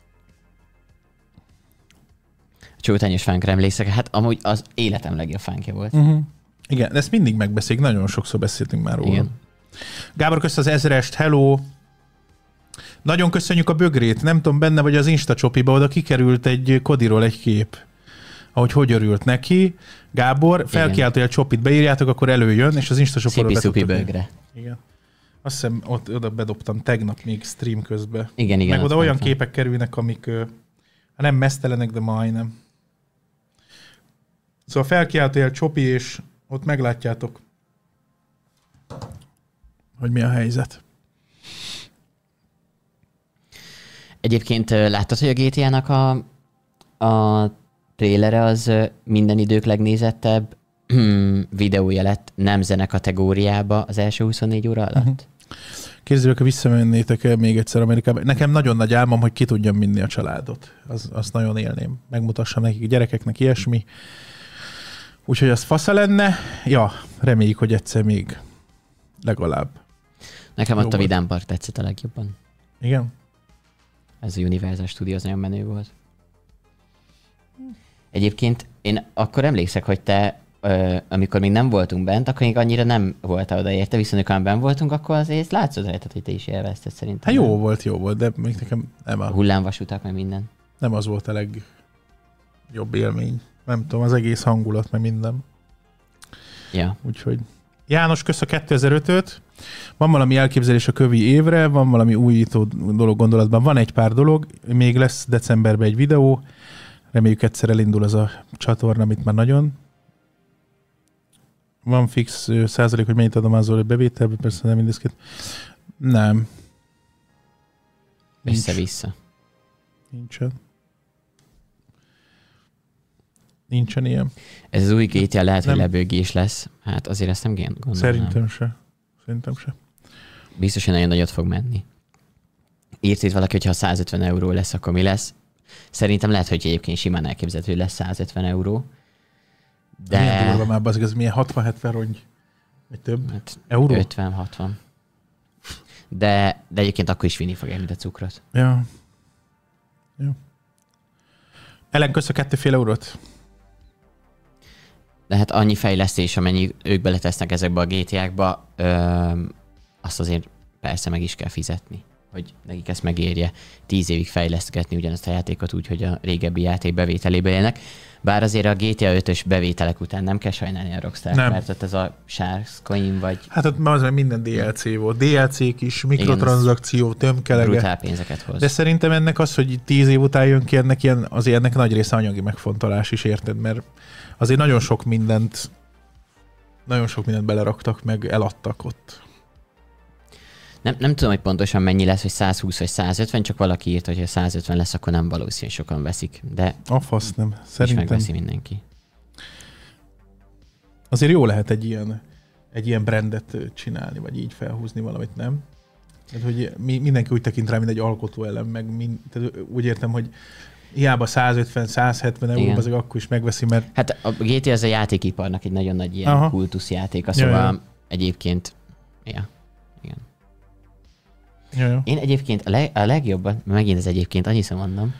A csótányos fánkra emlékszek, hát amúgy az életem legjobb fánkja volt. Igen, de ezt mindig megbeszéljük, nagyon sokszor beszéltünk már róla. Igen. Gábor, kösz az 1000-est, hello! Nagyon köszönjük a bögrét, nem tudom, benne vagy az Insta csopiba, oda kikerült egy Kodiról egy kép, ahogy hogy örült neki. Gábor, felkiáltja, hogy a csopit beírjátok, akkor előjön, és az Insta csopiba Szipi-szupi bögre. Igen. Azt hiszem, oda bedobtam tegnap még stream közben. Igen. Meg oda olyan képek kerülnek, amik nem mesztelenek, de majdnem. Szóval felkiáltójel Csopi, és ott meglátjátok, hogy mi a helyzet. Egyébként láttad, hogy a GTA-nak a trailere az minden idők legnézettebb videója lett nem zene kategóriába az első 24 óra alatt? Képzeljük, ha visszamennétek el még egyszer Amerikába. Nekem nagyon nagy álmom, hogy ki tudjam vinni a családot. Azt nagyon élném. Megmutassam nekik, a gyerekeknek ilyesmi. Úgyhogy az fasza lenne. Ja, reméljük, hogy egyszer még legalább. Nekem ott a Vidám Park tetszett a legjobban. Igen? Ez a Universal Studio az nagyon menő volt. Egyébként én akkor emlékszek, hogy te, amikor még nem voltunk bent, akkor még annyira nem voltál odaérte, viszont amikor benn voltunk, akkor azért látszott rajtad, hogy te is élvezted szerintem. Hát jó volt, de még nekem nem a hullámvasutak, meg minden. Nem az volt a legjobb élmény. Nem tudom, az egész hangulat, meg minden. Ja. Úgyhogy János, kösz a 2005-öt. Van valami elképzelés a kövi évre, van valami újító dolog gondolatban. Van egy pár dolog, még lesz decemberben egy videó. Reméljük egyszer elindul az a csatorna, amit már nagyon. Van fix százalék, hogy mennyit adományozol a bevételbe, persze nem indizket. Nem. Vissza-vissza. Nincsen ilyen. Ez az új GTA lehet, hogy lebőgés lesz. Hát azért ezt nem gondolom. Szerintem se. Biztos, hogy nagyon nagyot fog menni. Írt itt valaki, hogy ha 150 euró lesz, akkor mi lesz? Szerintem lehet, hogy egyébként simán elképzelhető, hogy lesz 150 euró. De... Milyen durva már, az, ez milyen 60-70 rongy? Vagy több? Hát euró? 50-60. De egyébként akkor is vinni fogják, mint a cukrot. Ja. Ellen, kösz a 2,5 eurót. De hát annyi fejlesztés, amennyi ők beletesznek ezekbe a GTA-kba, azt azért persze meg is kell fizetni, hogy nekik ezt megérje 10 évig fejlesztgetni ugyanazt a játékot úgy, hogy a régebbi játék bevételébe élnek. Bár azért a GTA 5-ös bevételek után nem kell sajnálni a Rockstar, mert ott ez a Sharks Coin vagy... Hát ott az minden DLC volt. DLC-k is, mikrotranszakció, tömkelege. Brutál pénzeket hoz. De szerintem ennek az, hogy 10 év után jön ki, azért ennek nagy része anyagi megfontolás is, érted? Mert azért nagyon sok mindent beleraktak, meg eladtak ott. Nem tudom, hogy pontosan mennyi lesz, hogy 120 vagy 150, csak valaki írt, hogy ha 150 lesz, akkor nem valószínű, sokan veszik. De a fasz nem. Szerintem. És megveszi mindenki. Azért jó lehet egy ilyen brandet csinálni, vagy így felhúzni valamit, nem? Tehát, hogy mindenki úgy tekint rá, mint egy alkotóelem, meg tehát úgy értem, hogy hiába 150-170 euró, azok akkor is megveszi, mert... Hát a GTA az a játékiparnak egy nagyon nagy ilyen kultuszjáték, szóval egyébként... Ja. Igen. Ja. Én egyébként a legjobban, megint ez egyébként, annyiszor mondom.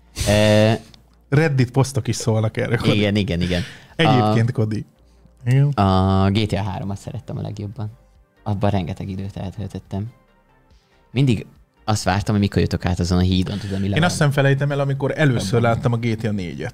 Reddit posztok is szólnak erre. Igen. Egyébként, Kodi. Igen. A GTA 3-at szerettem a legjobban. Abban rengeteg időt eltöltöttem. Mindig azt vártam, hogy mikor jöttök át azon a hídon, tudom, mi. Én azt nem felejtem el, amikor először láttam a GTA 4-et.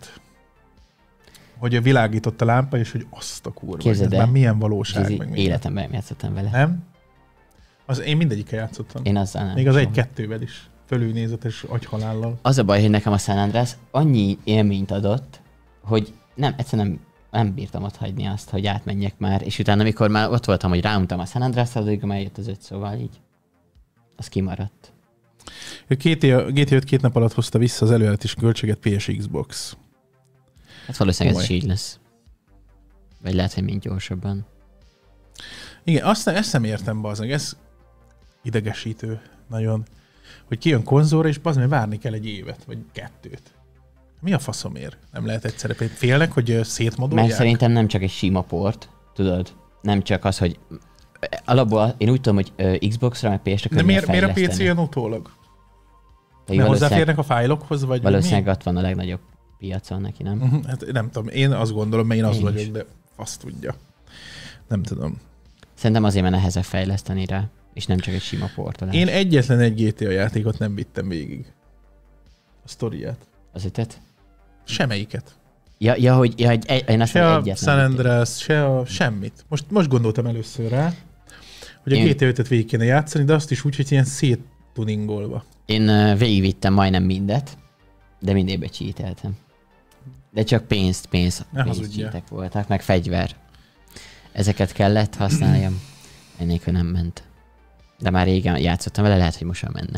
Hogy világított a lámpa, és hogy azt a kurva. Ez már milyen valóság. Meg életemben nem játszottam vele. Nem? Én mindegyikkel játszottam. Én azzal nem. Még az 1-2-vel is. Fölülnézetes agyhalállal. Az a baj, hogy nekem a San Andreas annyi élményt adott, hogy egyszerűen nem bírtam ott hagyni azt, hogy átmenjek már. És utána, amikor már ott voltam, hogy ráuntam a San Andreas-ra, addig már jött az 5, szóval így. Az kimaradt. GTA 5 2 nap alatt hozta vissza az előállítási költséget PS Xbox. Hát valószínűleg ez is így lesz. Vagy lehet, hogy mind gyorsabban. Igen, ezt nem értem, bazdmeg. Ez idegesítő nagyon. Hogy kijön konzolra, és bazdmeg várni kell egy évet, vagy 2. Mi a faszomért? Nem lehet egyszerre. Félnek, hogy szétmodolják? Mert szerintem nem csak egy sima port, tudod? Nem csak az, hogy alapból én úgy tudom, hogy Xbox-ra, meg PS-re de miért a PC jön utólag? Mert hozzáférnek a fájlokhoz? Vagy valószínűleg ott van a legnagyobb piacon neki, nem? Hát nem tudom, én azt gondolom, mert én az vagyok, de azt tudja. Nem tudom. Szerintem azért, mert nehezebb fejleszteni rá, és nem csak egy sima portolás. Én egyetlen egy GTA játékot nem vittem végig. A sztoriát. Az 5-et? Semmelyiket. Hogy én azt se a San Andreas, semmit. Most gondoltam először rá, hogy a GTA 5-öt végig kéne játszani, de azt is úgy, hogy ilyen széttuningolva. Én végigvittem majdnem mindet, de mindébe cheateltem. De csak pénzt cheatek voltak, meg fegyver. Ezeket kellett használjam. Ennélkül nem ment. De már régen játszottam vele, lehet, hogy most már menne.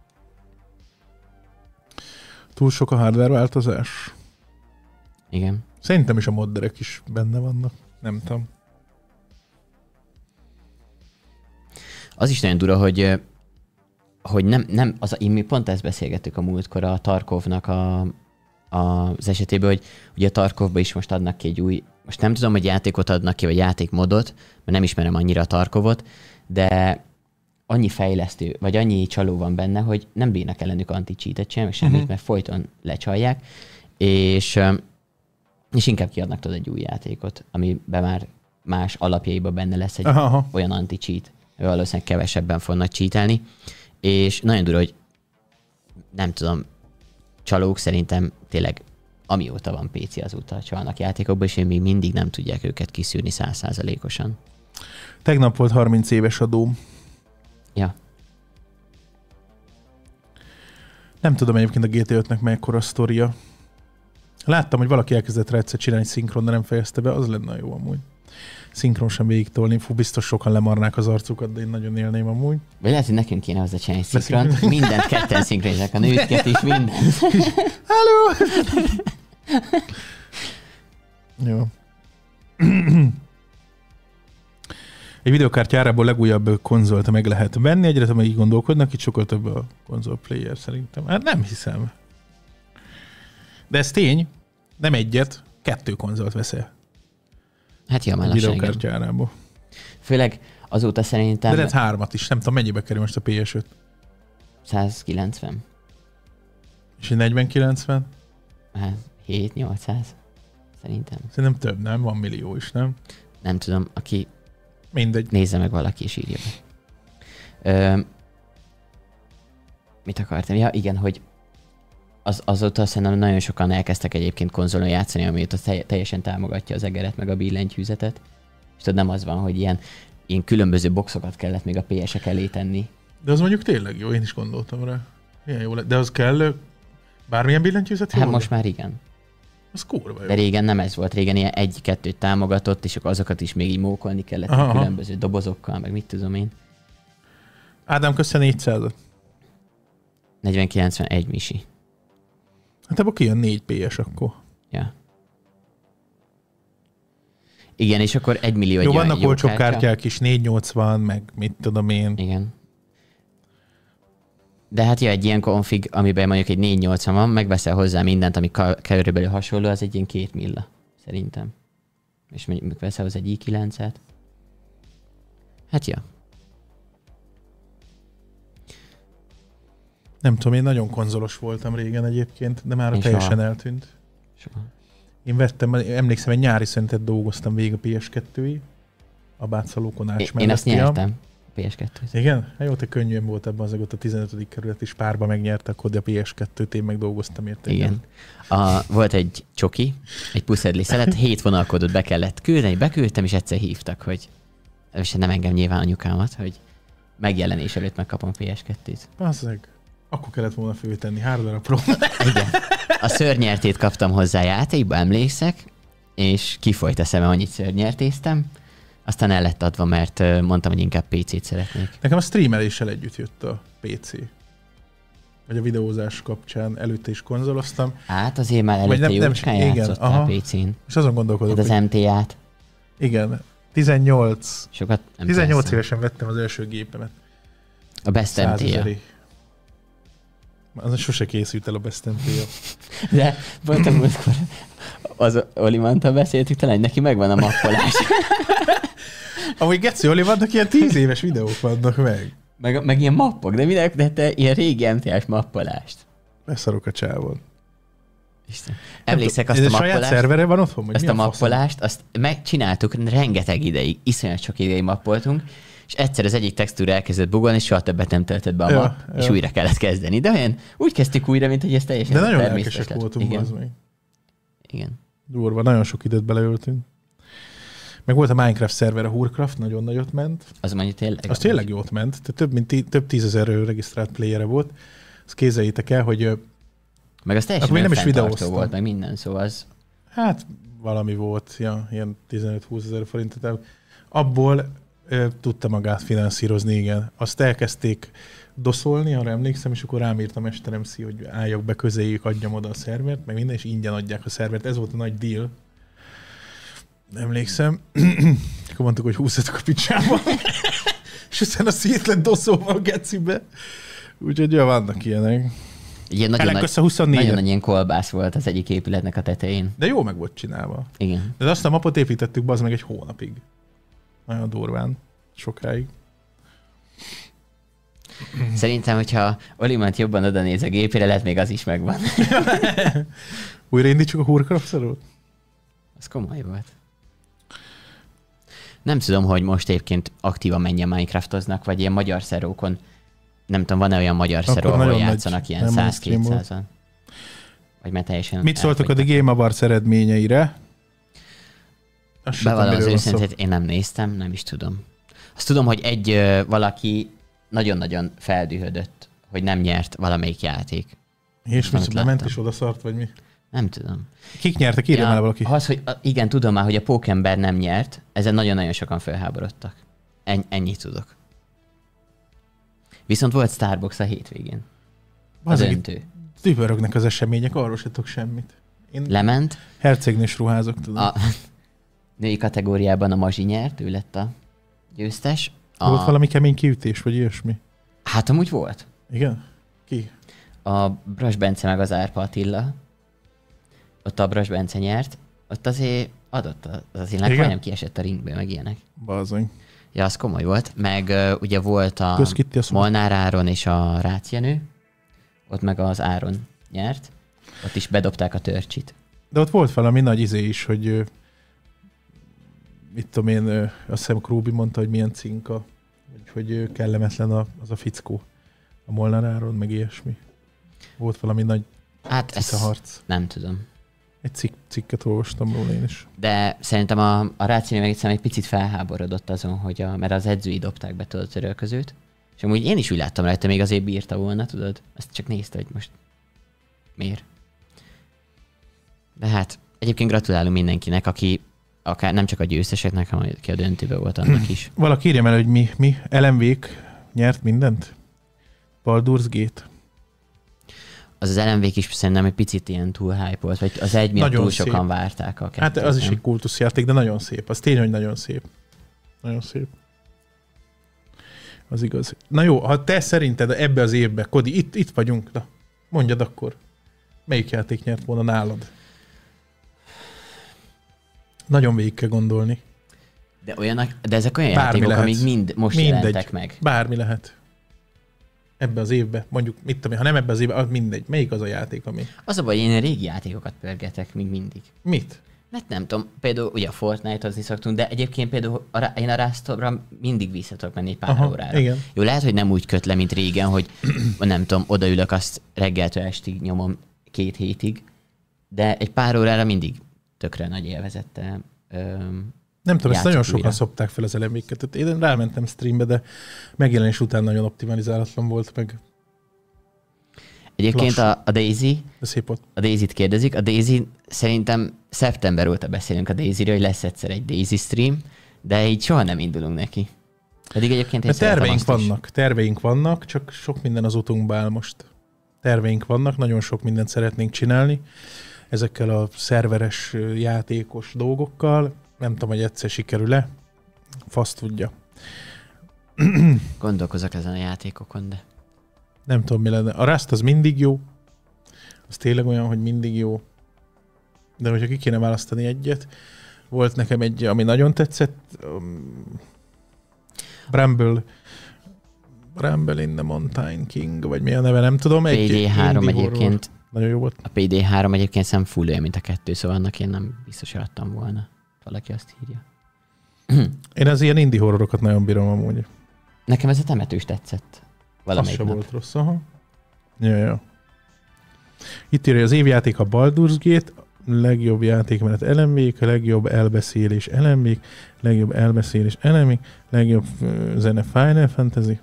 Túl sok a hardware változás? Igen. Szerintem is a modderek is benne vannak. Nem tudom. Az is nagyon dura, hogy nem mi pont ezt beszélgettük a múltkor a Tarkovnak az esetében, hogy ugye a Tarkovba is most adnak ki egy új, most nem tudom, hogy játékot adnak ki, vagy játékmodot, mert nem ismerem annyira a Tarkovot, de annyi fejlesztő, vagy annyi csaló van benne, hogy nem bírnak ellenük anti-cheatet sem, meg semmit, mert folyton lecsalják, és inkább kiadnak tudod egy új játékot, amiben már más alapjaiban benne lesz egy olyan anti-cheat, valószínűleg kevesebben fognak cheatelni, és nagyon durva, hogy nem tudom, csalók szerintem tényleg amióta van PC, azóta csalnak játékokban, és még mindig nem tudják őket kiszűrni 100%-osan. Tegnap volt 30 éves a Doom. Ja. Nem tudom egyébként a GTA 5-nek mekkora sztoria. Láttam, hogy valaki elkezdett rá egyszer csinálni szinkron, de nem fejezte be, az lenne jó amúgy. Szinkron sem végig tolni. Biztos sokan lemarnák az arcukat, de én nagyon élném amúgy. Vagy lehet, hogy nekünk kéne hozzá csinálni szinkron. Mindent ketten szinkronizálják, a nőket is, mindent. Halló! Jó. Egy videokártya árából legújabb konzolt meg lehet venni. Egyre többen így gondolkodnak, itt sokkal több a konzol player szerintem. Hát nem hiszem. De ez tény, nem egyet, 2 konzolt veszel. Hát ja, már egy videokártya árából. Főleg azóta szerintem... De lehet 3-at is, nem tudom, mennyibe kerül most a PS5? 190. És egy 40-90? Hát 7-800 szerintem. Szerintem több, nem? Van millió is, nem? Nem tudom, aki mindegy. Nézze meg valaki és írja be. Mit akartam? Ja, igen, hogy azóta szerintem nagyon sokan elkezdtek egyébként konzolon játszani, amióta teljesen támogatja az egeret meg a billentyűzetet. És tudod, nem az van, hogy ilyen különböző boxokat kellett még a PS-ek elé tenni. De az mondjuk tényleg jó, én is gondoltam rá. Milyen jó lett. De az kell bármilyen billentyűzet? Hát most már igen. Az kurva jó. De régen nem ez volt, régen ilyen 1-2 támogatott, és akkor azokat is még így mókolni kellett különböző dobozokkal, meg mit tudom én. Ádám, köszön 400-at. 4091 Misi. Hát abban kijön 4 PS akkor. Ja. Igen, és akkor 1 millió egy jó, vannak olcsóbb kártyák is, 480, meg mit tudom én. Igen. De hát ja, egy ilyen config, amiben mondjuk egy 480 van, megveszel hozzá mindent, ami körülbelül hasonló, az egy ilyen 2 milla, szerintem. És mondjuk veszel hozzá egy i9-et. Hát ja. Nem tudom, én nagyon konzolos voltam régen egyébként, de már teljesen eltűnt. Soha. Én vettem, emlékszem, egy nyári szünetet dolgoztam végig a PS2-ig. A Bátszalókon ács mellett. Én azt nyertem. PS2-t. Igen? Hát jó, te könnyűen volt ebben az a 15. kerület, és párba megnyertek, hogy a PS2-t én meg dolgoztam érte. Igen. Volt egy csoki, egy puszedli szelet, 7 vonalkódot be kellett küldeni, beküldtem, és egyszer hívtak, hogy és nem engem nyilván anyukámat, hogy megjelenés előtt megkapom PS2-t. Bazzeg. Akkor kellett volna föltenni, hardware pro. Igen. A szörnyertét kaptam hozzá játékba, emlékszek, és kifolyt a szemem, annyit szörnyertéztem. Aztán el lett adva, mert mondtam, hogy inkább PC-t szeretnék. Nekem a streameléssel együtt jött a PC. Vagy a videózás kapcsán előtte is konzoloztam. Hát azért már előtte jócskán játszottál PC-n. És azon gondolkodok, hát az MTA-t. Igen. 18. Sokat nem 18 évesen vettem az első gépemet. A Best MTA. Azon sose készült el a Best MTA. De volt a múltkor, az Olimantal beszéltük, talán neki megvan a mappolás. Amúgy Geci Olimannak ilyen 10 éves videók vannak meg. Meg ilyen mappok, de minek, de te ilyen régi MTA-s mappolást. Beszarok a csávon. Isten. Emlékszek azt a mappolást. Saját szervere van otthon? Azt a mappolást, azt megcsináltuk rengeteg ideig, iszonyat sok ideig mappoltunk, és egyszer az egyik textúra elkezdett bugolni, és soha többet nem töltött be a map, és újra kellett kezdeni. De olyan, úgy kezdtük újra, mint hogy ez teljesen természetes. De nagyon lelkesek voltunk. Igen. Durva, nagyon sok időt beleöltünk. Meg volt a Minecraft szerver, a Hurcraft, nagyon nagyot ment. Az mondjuk tényleg? Az tényleg jót ment. Tehát több 10 000 regisztrált playere volt. Azt kézzeljétek el, hogy... Meg az teljesen nem is fenntartó volt, meg minden, szóval az... Hát valami volt, ja, ilyen 15-20 000 forintot. Abból tudta magát finanszírozni, igen. Azt elkezdték doszolni, arra emlékszem, és akkor rám írt a mesterem Szí, hogy álljak be közéjük, adjam oda a szervert, meg minden, és ingyen adják a szervert. Ez volt a nagy deal. Emlékszem. Akkor mondtuk, hogy 20 a picsába. És utána Szít lett doszolva a gecibe. Úgyhogy ja, vannak ilyenek. Ilyen nagyon nagy ilyen kolbász volt az egyik épületnek a tetején. De jó meg volt csinálva. Igen. De azt a mapot építettük be, az meg egy hónapig. Nagyon durván. Sokáig. Szerintem, hogyha Olimant jobban oda néz a gépére, lehet még az is megvan. Újra indítsuk a Hurcraft-szerót? Az komoly volt. Nem tudom, hogy most egyébként aktívan menjen Minecraftoznak, vagy ilyen magyar szerókon. Nem tudom, van-e olyan magyar szeró, ahol játszanak ilyen 100-200-an? Vagy mert teljesen... Mit szóltok a The Game Awards eredményeire? Bevallom az őszintét, én nem néztem, nem is tudom. Azt tudom, hogy valaki nagyon-nagyon feldühödött, hogy nem nyert valamelyik játék. És most bement és odaszart, vagy mi? Nem tudom. Kik nyertek? Írja már valaki. Az, hogy igen, tudom már, hogy a Pókember nem nyert, ezen nagyon-nagyon sokan felháborodtak. Ennyit tudok. Viszont volt Starbucks a hétvégén. Az döntő. Dübörögnek az események, arról se tudok semmit. Én lement. Hercegnős ruházok, tudom. A női kategóriában a Mazsi nyert, ő lett a győztes. Volt valami kemény kiütés, vagy ilyesmi? Hát amúgy volt. Igen? Ki? A Brass Bence meg az Árpa Attila. Ott a Brass Bence nyert. Ott azért adott az ilyenek, majdnem kiesett a ringből, meg ilyenek. Bazony. Ja, az komoly volt. Meg ugye volt a Közkitti Molnár Áron és a Rácjenő. Ott meg az Áron nyert. Ott is bedobták a törcsit. De ott volt valami nagy izé is, hogy mit tudom én, azt hiszem Krúbi mondta, hogy milyen cinka, hogy kellemetlen az a fickó. A Molnár Áron, meg ilyesmi. Volt valami nagy harc. Nem tudom. Egy cikket olvastam róla én is. De szerintem a Rácjenő meg egy picit felháborodott azon, hogy mert az edzői dobták be a törölközőt. És amúgy én is úgy láttam rajta, még azért bírta volna, tudod? Azt csak nézte, hogy most miért. De hát egyébként gratulálunk mindenkinek, aki akár nem csak a győzteseknek, hanem aki a döntőben volt annak is. Valaki írja el, hogy mi LMV-k nyert mindent? Baldur's Gate? Az LMV-k is szerintem egy picit ilyen túl hype volt, vagy az egy miatt túl sokan várták a kettőt. Hát az is egy kultuszjáték, de nagyon szép. Az tény, hogy nagyon szép. Nagyon szép. Az igaz. Na jó, ha te szerinted ebbe az évbe, Kodi, itt vagyunk, na, mondjad akkor. Melyik játék nyert volna nálad? Nagyon végig kell gondolni. De ezek olyan játékok, amik mind most jelentek meg. Bármi lehet. Ebbe az évbe, mondjuk, mit tudom, ha nem ebbe az évbe, az mindegy. Melyik az a játék, ami... Az a baj, én régi játékokat pörgetek még mindig. Mit? Mert nem tudom, például ugye a Fortnite-ozni szoktunk, de egyébként például én a Rust-ra mindig vissza tudok menni egy pár órára. Igen. Jó, lehet, hogy nem úgy köt le, mint régen, hogy nem tudom, odaülök, azt reggeltől estig nyomom 2 hétig, de egy pár órára mindig tökre nagy élvezettel nem tudom, ezt nagyon sokan szopták fel az eleméket. Én rámentem streambe, de megjelenés után nagyon optimalizálatlan volt, meg egyébként a Daisy, a Daisy-t kérdezik. A Daisy szerintem szeptember óta beszélünk a Daisy-ről, hogy lesz egyszer egy Daisy stream, de így soha nem indulunk neki. Pedig egyébként terveink vannak, csak sok minden az utunkba áll most. Terveink vannak, nagyon sok mindent szeretnénk csinálni ezekkel a szerveres játékos dolgokkal. Nem tudom, hogy egyszer sikerül-e. Fasz tudja. Gondolkozok ezen a játékokon, de... Nem tudom, mi lenne. A Rust az mindig jó. Az tényleg olyan, hogy mindig jó. De hogyha ki kéne választani egyet, volt nekem egy, ami nagyon tetszett. Bramble in the Mountain King, vagy mi a neve, nem tudom. PD3 egyébként. Nagyon jó volt. A PD3 egyébként szem full olyan, mint a 2, szóval annak én nem biztos adtam volna. Valaki azt írja. Én az ilyen indie horrorokat nagyon bírom amúgy. Nekem ez a temetős tetszett. Valamelyik az se volt rossz, aha. Ja. Itt írja, az évjáték a Baldur's Gate, legjobb játékmenet elemék, legjobb elbeszélés elemék, legjobb elbeszélés elemék, legjobb zene Final Fantasy.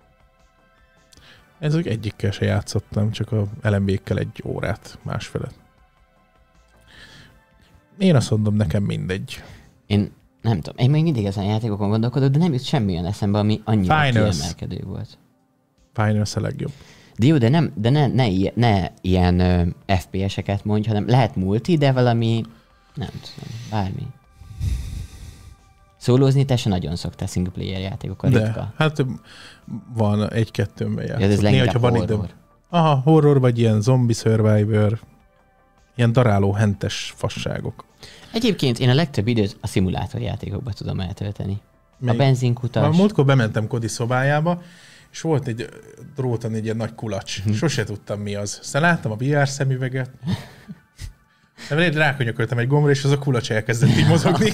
Ezek egyikkel se játszottam, csak a elemékkel 1 órát, másfelet. Én azt mondom, nekem mindegy. Én nem tudom, én még mindig ezen a játékokon gondolkodok, de nem jut semmi olyan eszembe, ami annyira kiemelkedő volt. Finals a legjobb. De jó, de ne ilyen FPS-eket mondj, hanem lehet multi, de valami, nem tudom, bármi. Szólózni te se nagyon szoktál single player játékokkal, ritka. Hát van 1-2-ben játszott. Ez leginkább horror. Aha, horror vagy ilyen zombie survivor, ilyen daráló hentes fasságok. Egyébként én a legtöbb időt a szimulátor játékokba tudom eltölteni. A benzinkutas. Múltkor bementem Kodi szobájába, és volt egy dróton egy ilyen nagy kulacs. Sose tudtam, mi az. Aztán láttam a VR szemüveget. Rákonyököltem egy gombra, és az a kulacs elkezdett így mozogni.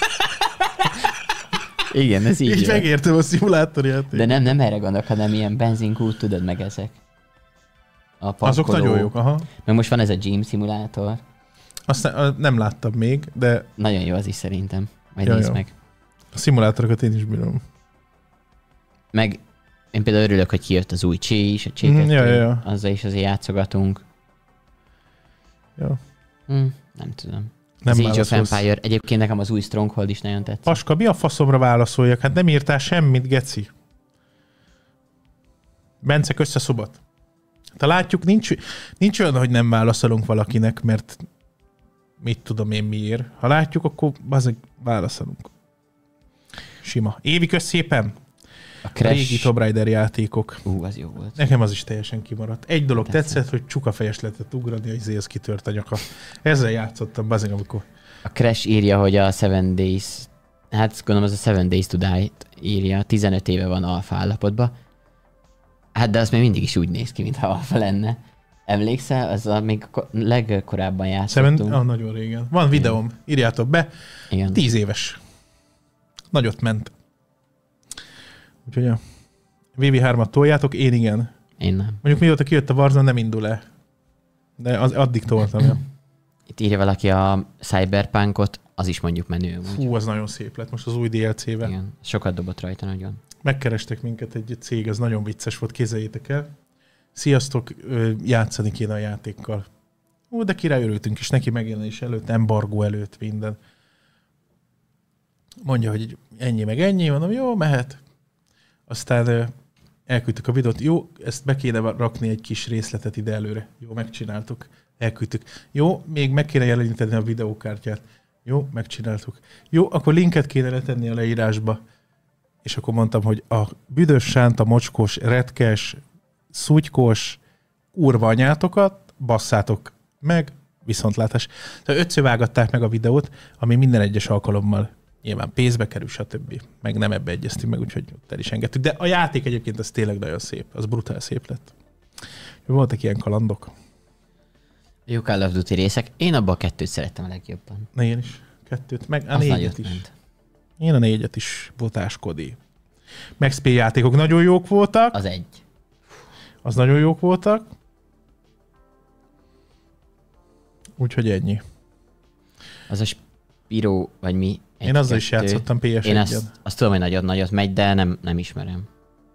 Igen, ez így. Így megértem a szimulátorjáték. De nem erre gondolok, hanem ilyen benzinkút, tudod meg ezek. A parkoló. Azok nagyon jók, aha. Meg most van ez a gym szimulátor. Aztán nem láttam még, de... Nagyon jó az is szerintem. Majd nézd meg. A szimulátorokat én is bírom. Meg én például örülök, hogy kijött az új Csé is, a Csé2, azzal is azért játszogatunk. Ja. Nem tudom. Nem az Age of Empire, egyébként nekem az új Stronghold is nagyon tetszett. Paska, mi a faszomra válaszoljak? Hát nem írtál semmit, geci. Bencek összeszobat. Ha látjuk, nincs olyan, hogy nem válaszolunk valakinek, mert mit tudom én miért. Ha látjuk, akkor bazeg válaszolunk. Sima. Évi, kösz szépen! A régi Tomb Raider játékok. Az jó volt. Nekem az is teljesen kimaradt. Egy dolog tetszett, hogy csukafejes lehetett ugrani, hogy ez kitört a nyaka. Ezzel játszottam, bazeg, amikor... A Crash írja, hogy a 7 Days, hát gondolom az a 7 Days to Die-t írja, 15 éve van alfa állapotban. Hát de az még mindig is úgy néz ki, mintha alfa lenne. Emlékszel? Az még legkorábban játszottunk. Nagyon régen. Van videóm, írjátok be. Igen. 10 éves. Nagyot ment. Úgyhogy a VV3-at toljátok, én igen. Én nem. Mondjuk mióta kijött a Warzone, nem indul el. De addig toltam. Ja. Itt írja valaki a Cyberpunkot, az is mondjuk menő. Fú, az nagyon szép lett most az új DLC-vel. Igen, sokat dobott rajta nagyon. Megkerestek minket egy cég, ez nagyon vicces volt, kézzeljétek el. Sziasztok, játszani kéne a játékkal. De király örültünk is, neki megjelenés előtt, embargó előtt, minden. Mondja, hogy ennyi meg ennyi, mondom, jó, mehet. Aztán elküldtük a videót, jó, ezt be kéne rakni egy kis részletet ide előre. Jó, megcsináltuk, elküldtük. Jó, még meg kéne jeleníteni a videókártyát. Jó, megcsináltuk. Jó, akkor linket kéne letenni a leírásba. És akkor mondtam, hogy a büdös, sánta, mocskos, retkes, szutykos kurva anyátokat basszátok meg, viszontlátás. Tehát 5-ször vágatták meg a videót, ami minden egyes alkalommal nyilván pénzbe kerül, stb. Meg nem ebbe egyeztünk meg, úgyhogy el is engedtük. De a játék egyébként az tényleg nagyon szép. Az brutál szép lett. Voltak ilyen kalandok. Jó Call of Duty részek. Én abban a 2-t szerettem a legjobban. Na én is. 2-t, meg a 4-et is. Ment. Én a 4-et is botáskodi. Max Payne játékok nagyon jók voltak. Az 1. Az nagyon jók voltak. Úgyhogy ennyi. Az a Spiro, vagy mi? Én azzal is játszottam PS1-en. Én azt tudom, hogy nagyon nagyot megy, de nem ismerem.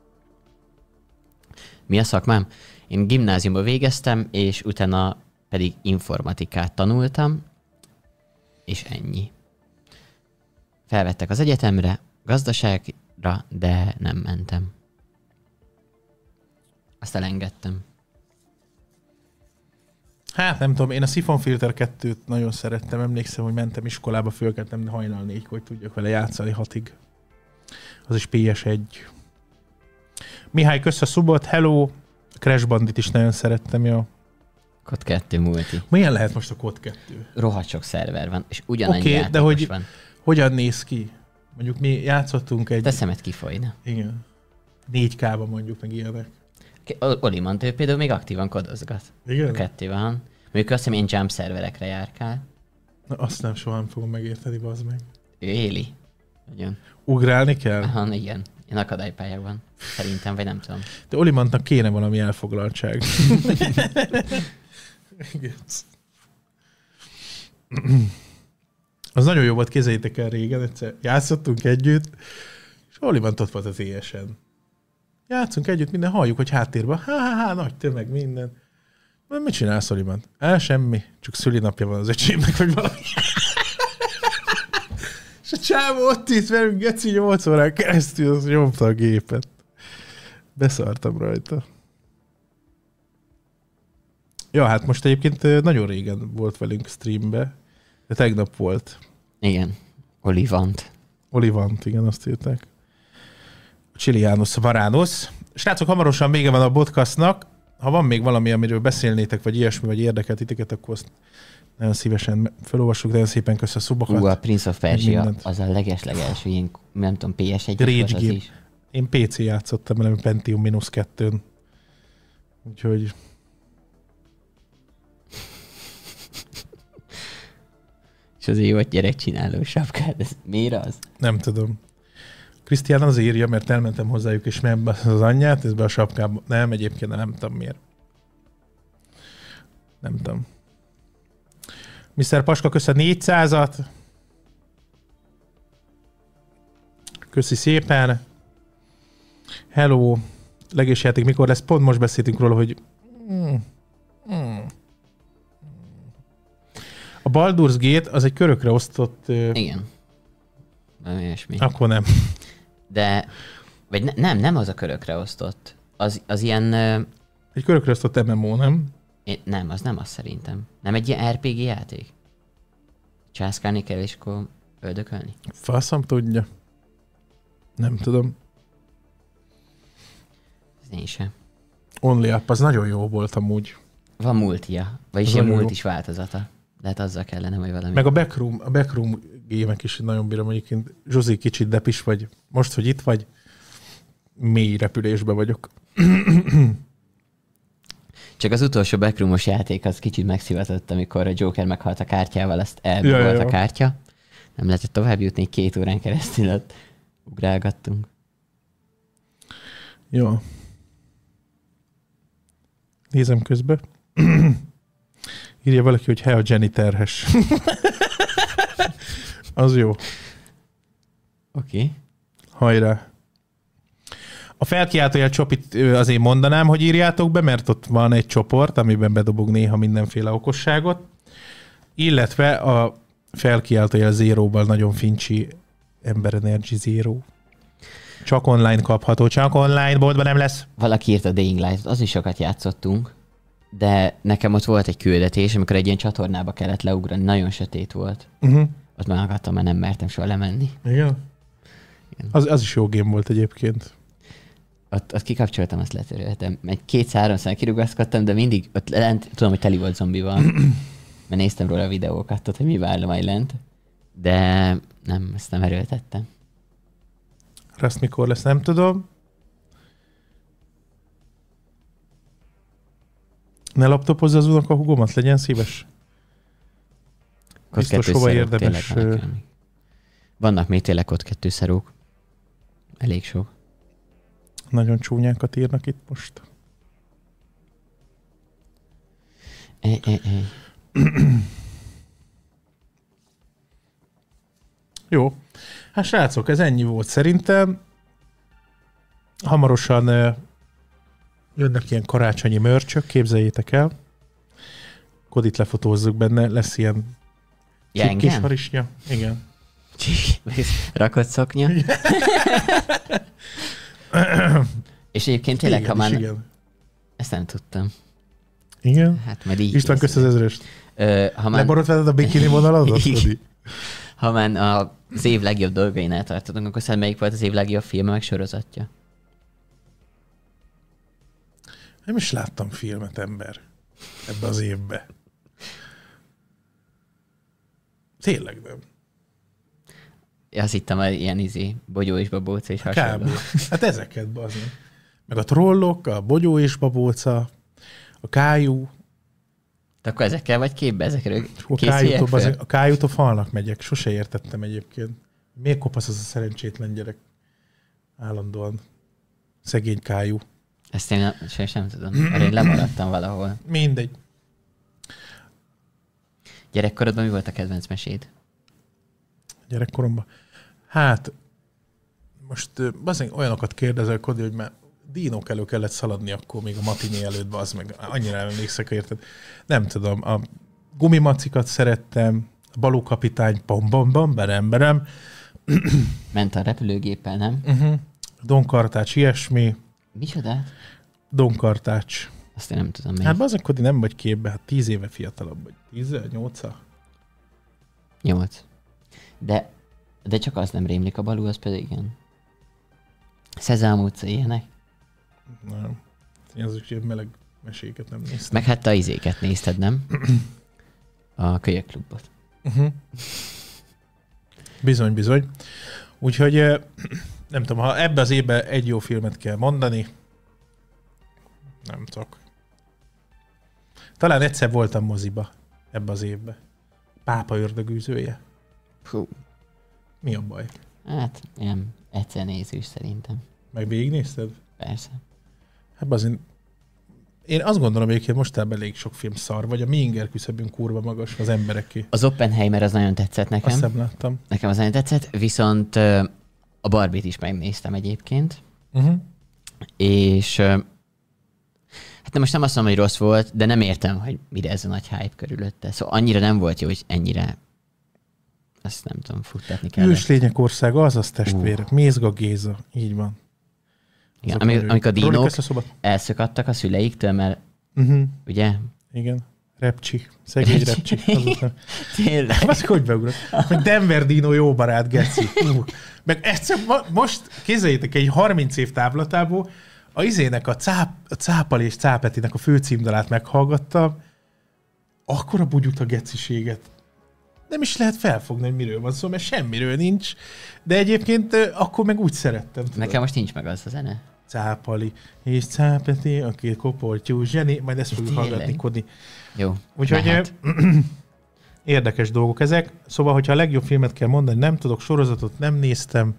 Mi a szakmám? Én gimnáziumba végeztem, és utána pedig informatikát tanultam, és ennyi. Felvettek az egyetemre, gazdaságra, de nem mentem. Azt elengedtem. Hát nem tudom, én a Siphon Filter 2-t nagyon szerettem. Emlékszem, hogy mentem iskolába, fölkeltem hajnal 4-kor, hogy tudjak vele játszani 6-ig. Az is PS1. Mihály, kösz a szubot, hello! Crash Bandit is nagyon szerettem, jó. Kod 2 multi. Milyen lehet most a Kod 2? Rohadt sok szerver van, és ugyanannyi játékos de hogy van. Hogyan néz ki? Mondjuk mi játszottunk egy... Te szemed kifolyna. Igen. 4K-ban mondjuk, meg ilyenek. Olimant, ő például még aktívan kodozgat. Igen? A 2 van. Mondjuk azt hiszem, én jump szerverekre járkál. Na, azt nem, soha nem fogom megérteni, bazd meg. Ő éli. Ugyan. Ugrálni kell? Aha, igen. Én akadálypályákban. Szerintem, vagy nem tudom. De Olimantnak kéne valami elfoglaltság. Az nagyon jó volt, képzeljétek el régen, egyszer játszottunk együtt, és Olivan ott volt az ESN. Játszunk együtt, minden halljuk, hogy háttérben, nagy tömeg, minden. Mit csinálsz, Olivan? Semmi, csak szülinapja van az öcsémnek, vagy valami. És a csávó ott itt velünk, geci 8 órán keresztül, az nyomta a gépet. Beszartam rajta. Ja, hát most egyébként nagyon régen volt velünk streambe, de tegnap volt. Igen, Olivant, igen, azt írták. Chilianus Varanus. Srácok, hamarosan vége van a podcastnak. Ha van még valami, amiről beszélnétek, vagy ilyesmi, vagy érdekelt titeket, akkor azt nagyon szívesen felolvassuk, nagyon szépen kösz a szubokat. A Prince of Persia, az a leges-legelső, ilyen, nem tudom, PS1 Rage Game. Én PC játszottam velem Pentium -2-n. Úgyhogy... És az jó gyerekcsináló sapkád, ez miért az? Nem tudom. Krisztián az írja, mert elmentem hozzájuk, és nem az anyját, ez be a sapkába. Nem, egyébként nem tudom miért. Nem tudom. Mr. Paska, köszön 400-at. Köszi szépen. Hello. Legés játék mikor lesz? Pont most beszéltünk róla, hogy... A Baldur's Gate az egy körökre osztott... Igen. Nem ilyesmi. Akkor nem. De... Vagy nem az a körökre osztott. Az ilyen... Egy körökre osztott MMO, nem? Nem, az nem az szerintem. Nem egy ilyen RPG játék? Császkálni kell, és akkor öldökölni? Faszom tudja. Nem tudom. Ez én sem. Only Up, az nagyon jó volt amúgy. Van multia. Vagyis ilyen multis változata. Lehet azzal kellene, hogy valami... Meg a backroom gémek is nagyon bírom, egyébként. Zsuzsi, kicsit depis vagy. Most, hogy itt vagy, mély repülésbe vagyok. Csak az utolsó backroomos játék az kicsit megszivatott, amikor a Joker meghalt a kártyával, azt elbújt a kártya. Nem lehetett tovább jutni, 2 órán keresztül ott ugrálgattunk. Jó. Nézem közben. Írja valaki, hogy a Jenny terhes. Az jó. Oké. Hajrá. A felkiáltójel csopit azért mondanám, hogy írjátok be, mert ott van egy csoport, amiben bedobog néha mindenféle okosságot. Illetve a felkiáltójel Zero-val nagyon fincsi Ember Energy Zero. Csak online kapható, csak online, boltban nem lesz. Valaki írt a Dying Light-ot, az is sokat játszottunk, de nekem ott volt egy küldetés, amikor egy ilyen csatornába kellett leugrani, nagyon sötét volt. Ott már akadtam, mert nem mertem soha lemenni. Igen? Az is jó game volt egyébként. Ott kikapcsoltam, azt letöröltem. Egy 200-300 kirugaszkodtam, de mindig ott lent, tudom, hogy teli volt zombival. Mert néztem róla a videókat, hogy mi vár majd lent. De nem, ezt nem erőltettem. Azt mikor lesz, nem tudom. Ne laptopozz az unoka hugomat, legyen szíves. Biztos hova érdemes. Vannak még tényleg kod 2 szerók. Elég sok. Nagyon csúnyákat írnak itt most. Jó. Hát srácok, ez ennyi volt szerintem. Hamarosan jönnek ilyen karácsonyi mörcsök, képzeljétek el. Kodit lefotózzuk benne, lesz ilyen kis harisnya. Igen. Rakott szoknya. És egyébként tényleg, igen, ha már... Igen. Ezt nem tudtam. Igen? Hát majd így... István, kösz az ezerest. Leborult veled a bikini vonaladat? Ha már az év legjobb dolgainál tartottunk, akkor szerintem melyik volt az év legjobb filme meg sorozatja? Nem is láttam filmet, ember. Ebbe az évbe. Tényleg nem. Azt hittem, hogy ilyen Bogyó és Babóca és hasonló. Hát ezeket, bazni. Meg a trollok, a Bogyó és Babóca, a Kájú. De akkor ezekkel vagy képbe? Ezekről a Kájútól falnak megyek. Sose értettem egyébként. Miért kopasz az a szerencsétlen gyerek? Állandóan. Szegény Kájú. Ezt én sem tudom. Erre én lemaradtam valahol. Mindegy. Gyerekkorodban mi volt a kedvenc meséd? Gyerekkoromban? Hát, most olyanokat kérdezel, Kodi, hogy már dínók elő kellett szaladni akkor még a matiné előtt, az meg annyira emlékszek, érted? Nem tudom, a gumimacikat szerettem, a Baló kapitány, bam, berem. Ment a repülőgéppel, nem? Don Kartács, ilyesmi. Micsoda? Don Kartács. Azt én nem tudom még. Hát azok, Kodi, nem vagy képbe, hát 10 éve fiatalabb vagy. 10-8-a? 8. De csak az nem rémlik, a Balú, az pedig igen. Szezám utca, ilyenek. Nem. Én azok ilyen meleg meséket nem néztem. Meg hát a izéket nézted, nem? A Kölyökklubot. Bizony. Úgyhogy nem tudom, ha ebbe az évben egy jó filmet kell mondani, nem tudok. Talán egyszer voltam moziba ebbe az évben. Pápa ördögűzője. Hú. Mi a baj? Hát, ilyen egyszer nézős szerintem. Meg végignézted? Persze. Hát azért én azt gondolom, hogy mostában elég sok film szar, vagy a mi inger küszöbünk kurva magas az embereké. Az Oppenheimer az nagyon tetszett nekem. Azt nem láttam. Nekem az nagyon tetszett, viszont a Barbie-t is megnéztem egyébként. És hát most nem azt mondom, hogy rossz volt, de nem értem, hogy mire ez a nagy hype körülötte. Szóval annyira nem volt jó, hogy ennyire azt nem tudom, futtatni kell. Őslények országa, azaz testvérek. Mézga Géza. Így van. Igen, amikor a dínók elszökadtak a szüleiktől, mert ugye? Igen. Repcsi. Szegény Repcsi. Tényleg. Azt hogy beugrott? Meg Denver Dino jó barát, geci. Meg egyszer most kézzeljétek egy 30 év távlatából a izének a Cápal és Cápetinek a főcímdalát meghallgattam, akkora bugyut a geciséget. Nem is lehet felfogni, hogy miről van szó, mert semmiről nincs. De egyébként akkor meg úgy szerettem. Tudod? Nekem most nincs meg az a zene. Cápali és Cápeti, a két kopoltyú zseni, majd ezt fogjuk hallgatni, Kodi. Jó. Úgyhogy érdekes dolgok ezek. Szóval, hogyha a legjobb filmet kell mondani, nem tudok, sorozatot nem néztem.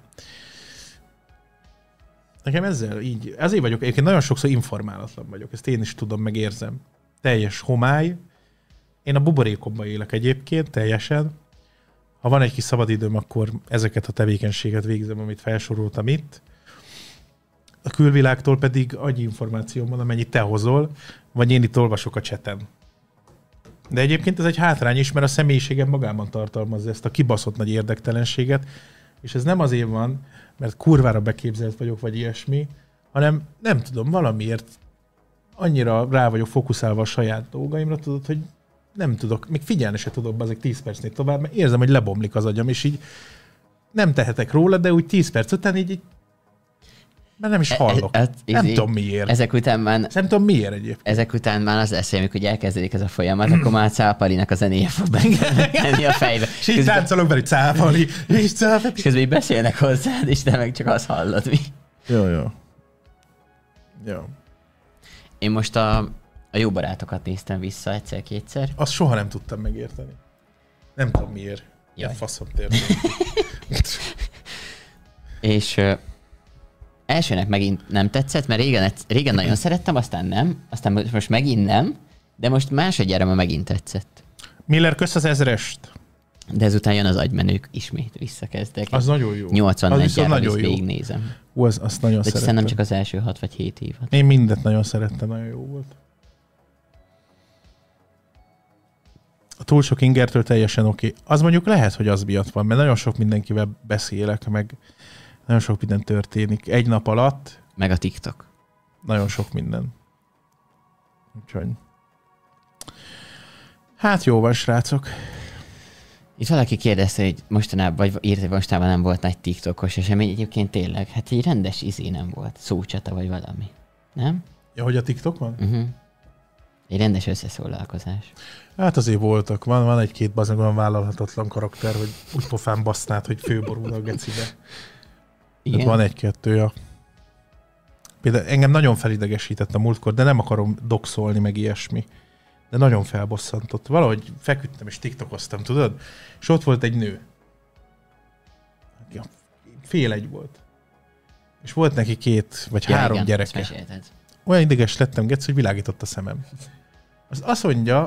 Nekem ezzel így, ezért vagyok, egyébként nagyon sokszor informálatlan vagyok, ezt én is tudom, meg érzem. Teljes homály. Én a buborékomban élek egyébként, teljesen. Ha van egy kis szabadidőm, akkor ezeket a tevékenységet végzem, amit felsoroltam itt. A külvilágtól pedig annyi információm van, amennyit te hozol, vagy én itt olvasok a cseten. De egyébként ez egy hátrány is, mert a személyiségem magában tartalmazza ezt a kibaszott nagy érdektelenséget, és ez nem azért van, mert kurvára beképzelt vagyok, vagy ilyesmi, hanem nem tudom, valamiért annyira rá vagyok fókuszálva a saját dolgaimra, tudod, hogy nem tudok, még figyelni se tudok azok 10 percnél tovább, mert érzem, hogy lebomlik az agyam, és így nem tehetek róla, de úgy 10 perc után így mert nem is hallok. Nem tudom miért. Ezek után már... Nem tudom miért egyébként. Ezek után már az lesz, amikor elkezdődik ez a folyamat, akkor már Cápalinak a zenéje fog menni a fejbe. És így táncolok belül, Cápali, és Cápali. És közben így beszélnek hozzád, és te meg csak azt hallod, mi? Jó. Én most a Jó barátokat néztem vissza egyszer-kétszer. Azt soha nem tudtam megérteni. Nem tudom miért. Jaj. Faszom történt. És elsőnek megint nem tetszett, mert régen nagyon szerettem, aztán nem, aztán most megint nem, de most másodjára már megint tetszett. Miller, kösz az 1000-est. De ezután jön az Agymenők, ismét visszakezdek. Az nagyon jó. 84-jára végignézem. Azt nagyon szerettem. De nem csak az első 6 vagy 7 évad. Én mindent nagyon szerettem, nagyon jó volt. A túl sok ingertől teljesen oké. Az mondjuk lehet, hogy az miatt van, mert nagyon sok mindenkivel beszélek, meg nagyon sok minden történik. Egy nap alatt. Meg a TikTok. Nagyon sok minden. Úgyhogy. Hát jó van, srácok. Itt valaki kérdezte, hogy mostanában, vagy írta, hogy mostanában nem volt nagy TikTokos esemény. Egyébként tényleg, hát egy rendes nem volt. Szócsata vagy valami. Nem? Ja, hogy a TikTok van? Egy rendes összeszólalkozás. Hát azért voltak. Van egy-két bazán vállalhatatlan karakter, hogy úgy pofán basznád, hogy főborul a gecibe. Igen? Van egy-kettő, ja. Például engem nagyon felidegesített a múltkor, de nem akarom doxolni, meg ilyesmi. De nagyon felbosszantott. Valahogy feküdtem és tiktokoztam, tudod? És ott volt egy nő. Ja, fél egy volt. És volt neki 2 vagy 3 gyereke. Olyan ideges lettem, Gec, hogy világított a szemem. Azt mondja,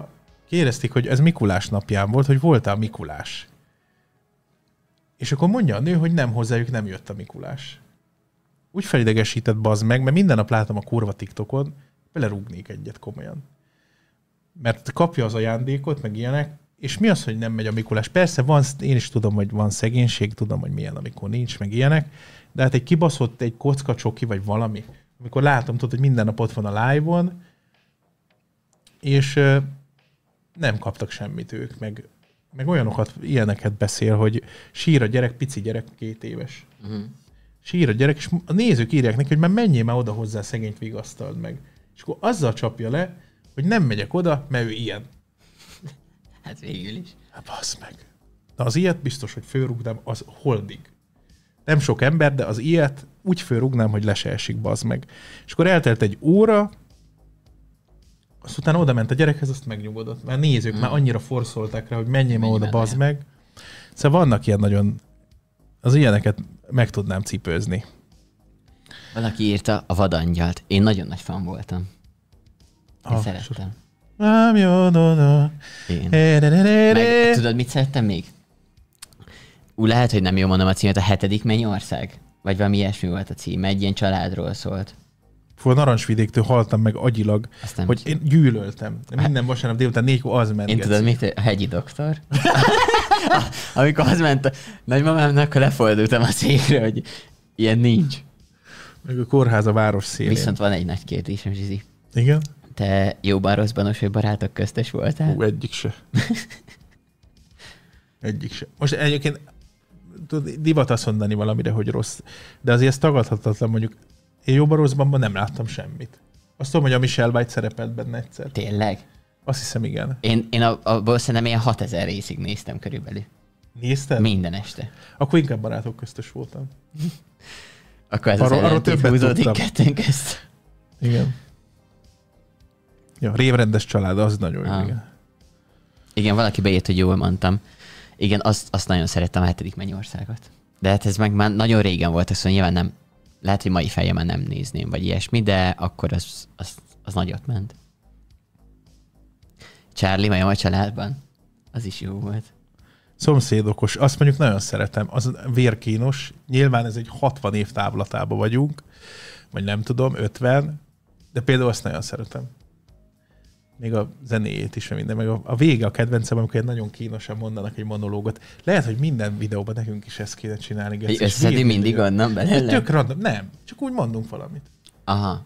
Kérdezték, hogy ez Mikulás napján volt, hogy volt-e Mikulás. És akkor mondja a nő, hogy nem, hozzájuk nem jött a Mikulás. Úgy felidegesített, bazd meg, mert minden nap látom a kurva TikTokon, belerúgnék egyet komolyan. Mert kapja az ajándékot, meg ilyenek, és mi az, hogy nem megy a Mikulás? Persze, én is tudom, hogy van szegénység, tudom, hogy milyen, amikor nincs, meg ilyenek, de hát egy kibaszott, egy kocka csoki, vagy valami, amikor látom, tudod, hogy minden nap ott van a live-on, és nem kaptak semmit ők, meg olyanokat, ilyeneket beszél, hogy sír a gyerek, pici gyerek, 2 éves. Sír a gyerek, és a nézők írják neki, hogy már menjél már oda hozzá, szegényt vigasztald meg. És akkor azzal csapja le, hogy nem megyek oda, mert ő ilyen. Hát végül is. Hát bassz meg. Na az ilyet biztos, hogy fölrúgnám, az holdig. Nem sok ember, de az ilyet úgy fölrúgnám, hogy le se esik, bazd meg. És akkor eltelt egy óra, azt utána oda ment a gyerekhez, azt megnyugodott. Már nézők már annyira forszolták rá, hogy menjél már oda, bazd meg. Szóval vannak ilyen nagyon... Az ilyeneket meg tudnám cipőzni. Valaki írta a Vadangyalt. Én nagyon nagy fan voltam. Én szerettem. Nem jó, no. Meg tudod, mit szerettem még? Lehet, hogy nem jól mondom a címet, a 7. Mennyország? Vagy valami ilyesmi volt a cím. Egy ilyen családról szólt. A Narancsvidéktől haltam meg agyilag, hogy én gyűlöltem. Minden vasárnap délután 4-kor az ment. Én tudod mit? A hegyi doktor. Amikor az ment a nagymamámnak, akkor lefordultam a székre, hogy ilyen nincs. Meg a kórház a város szélén. Viszont van egy nagy kérdésem, Zsizi. Igen? Te jóban, rosszban, vagy barátok köztes voltál? Egyik se. Egyik se. Most egyébként divat azt mondani valamire, hogy rossz, de azért ez tagadhatatlan, mondjuk én jóban, rosszban nem láttam semmit. Azt tudom, hogy a Michelle White szerepelt benne egyszer. Tényleg? Azt hiszem, igen. Én abból szerintem ilyen 6000 részig néztem körülbelül. Nézted? Minden este. Akkor inkább barátok köztes voltam. Akkor ez arról többet húzódik kettőnk közt. Igen. Ja, révrendes család, az nagyon jó. Igen. Igen, valaki beírt, hogy jól mondtam. Igen, azt nagyon szerettem, a 7. Mennyországot. De hát ez meg már nagyon régen volt, azt mondja, nyilván nem, lehet, hogy mai fejjel már nem nézném, vagy ilyesmi, de akkor az nagyot ment. Charlie, majd a családban. Az is jó volt. Szomszédokos, azt mondjuk nagyon szeretem. Az vérkínos, nyilván ez egy 60 év távlatában vagyunk, vagy nem tudom, 50, de például azt nagyon szeretem. Még a zenéjét is, minden, meg a vége a kedvencem, amikor egy nagyon kínosan mondanak egy monológot. Lehet, hogy minden videóban nekünk is ezt kéne csinálni. Hogy összedi mindig onnan belőle? Tök random. Nem, csak úgy mondunk valamit. Aha.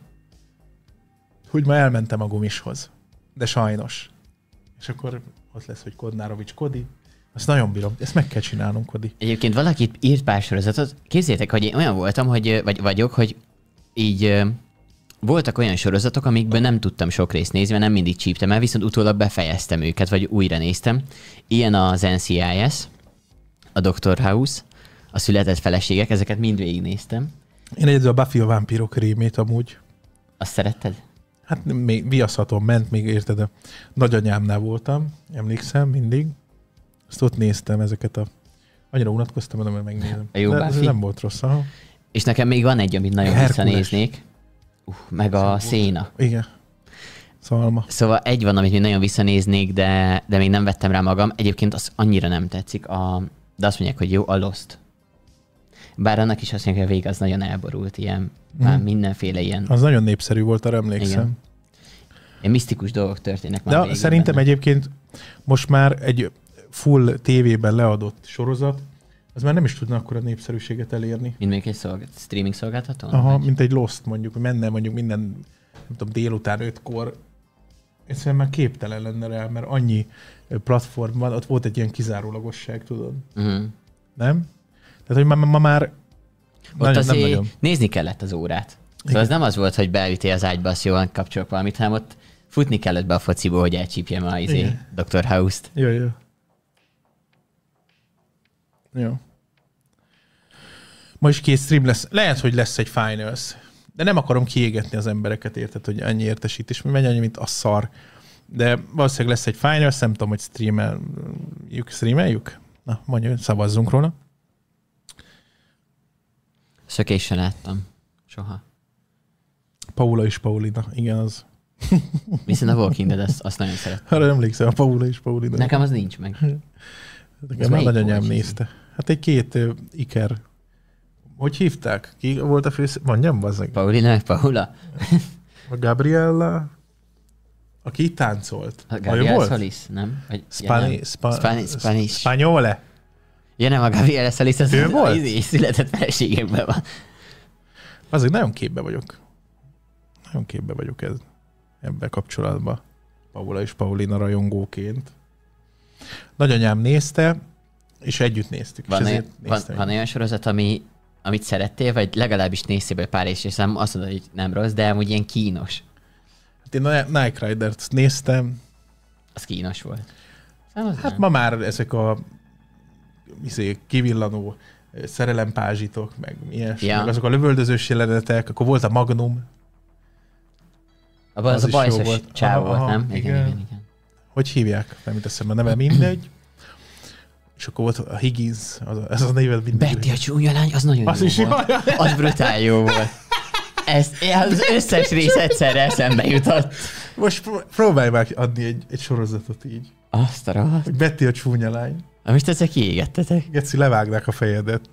Hogy ma elmentem a gumishoz. De sajnos. És akkor ott lesz, hogy Kodnárovics Kodi. Azt nagyon bírom. Ezt meg kell csinálnunk, Kodi. Egyébként valaki írt pár sorozatot. Képzeljétek, hogy én olyan voltam, vagy vagyok, hogy így voltak olyan sorozatok, amikből nem tudtam sok részt nézni, mert nem mindig csíptem el, viszont utólag befejeztem őket, vagy újra néztem. Ilyen az NCIS, a Dr. House, a Született feleségek, ezeket mind végignéztem. Én egyedül a Buffy a vámpírok rémét amúgy. Azt szeretted? Hát még viaszhaton ment, még érted, a nagyanyámnál voltam, emlékszem mindig. Azt ott néztem ezeket annyira unatkoztam, hogy megnézem. Ez nem volt rossz. Aha. És nekem még van egy, amit nagyon visszanéznék. Meg a Széna. Igen. Szalma. Szóval egy van, amit még nagyon visszanéznék, de még nem vettem rá magam. Egyébként az annyira nem tetszik. De azt mondják, hogy jó, a Lost. Bár annak is azt mondják, hogy a vége az nagyon elborult, ilyen, már mindenféle ilyen. Az nagyon népszerű volt, arra emlékszem. Igen. Ilyen misztikus dolgok történnek már végén. De szerintem benne. Egyébként most már egy full tévében leadott sorozat, az már nem is tudna akkora népszerűséget elérni. Mint még egy streaming szolgáltató? Aha, vagy? Mint egy Lost mondjuk, hogy menne mondjuk minden, nem tudom, délután 5-kor. Egyszerűen már képtelen lenne rá, mert annyi platform van, ott volt egy ilyen kizárólagosság, tudod. Nem? Tehát, hogy ma már ott azért nézni kellett az órát. Szóval az nem az volt, hogy beütél az ágyba, azt jól kapcsolok valamit, hanem ott futni kellett be a fociból, hogy elcsípjem a Dr. House-t. Jó. Jó. Ma is 2 stream lesz. Lehet, hogy lesz egy Finals. De nem akarom kiégetni az embereket, érted, hogy annyi értesítés, mi megy annyi, mint a szar. De valószínűleg lesz egy Finals, nem tudom, hogy streameljük? Na, mondjuk, szavazzunk róla. Szökés sem láttam. Soha. Paula és Paulina. Igen, az Viszont a Walking Dead, azt nagyon szeretem. Arra emlékszem, a Paula és Paulina. Nekem az nincs meg. Nekem a nagyanyám nézte. Hát egy két Iker. Hogy hívták? Ki volt a főszereplő? Mondjam, bazzeg. Paulina meg Paula. A Gabriella, aki itt táncolt. A Gabriela Solis, nem? Spanyole? Ja nem, a Gabriela Solis az volt? Született feleségekben van. Azért nagyon képbe vagyok. Nagyon képbe vagyok ebben kapcsolatban. Paula és Paulina rajongóként. Nagyanyám nézte, és együtt néztük. Van olyan sorozat, amit szerettél, vagy legalábbis néztél be pár és nem azt mondod, hogy nem rossz, de amúgy ilyen kínos. Hát én a Knight Ridert néztem. Az kínos volt. Hát ma már ezek a kivillanó szerelempázsitok, meg ilyesmi, meg azok a lövöldözős jelenetek, akkor volt a Magnum. Abban az a bajszos csávó volt, nem? Igen. Hogy hívják? Nem jut eszembe a neve, mindegy. És akkor volt a Higgins, ez a néved mindegy. Betty a csúnya lány, az nagyon az jó volt. Az brutál jó volt. Az összes rész egyszerre eszembe jutott. Most próbálj már adni egy sorozatot így. Azt a rohadt. Hogy Betty a csúnya lány. Most ezzel kiégettetek. Geci, levágnák a fejedet.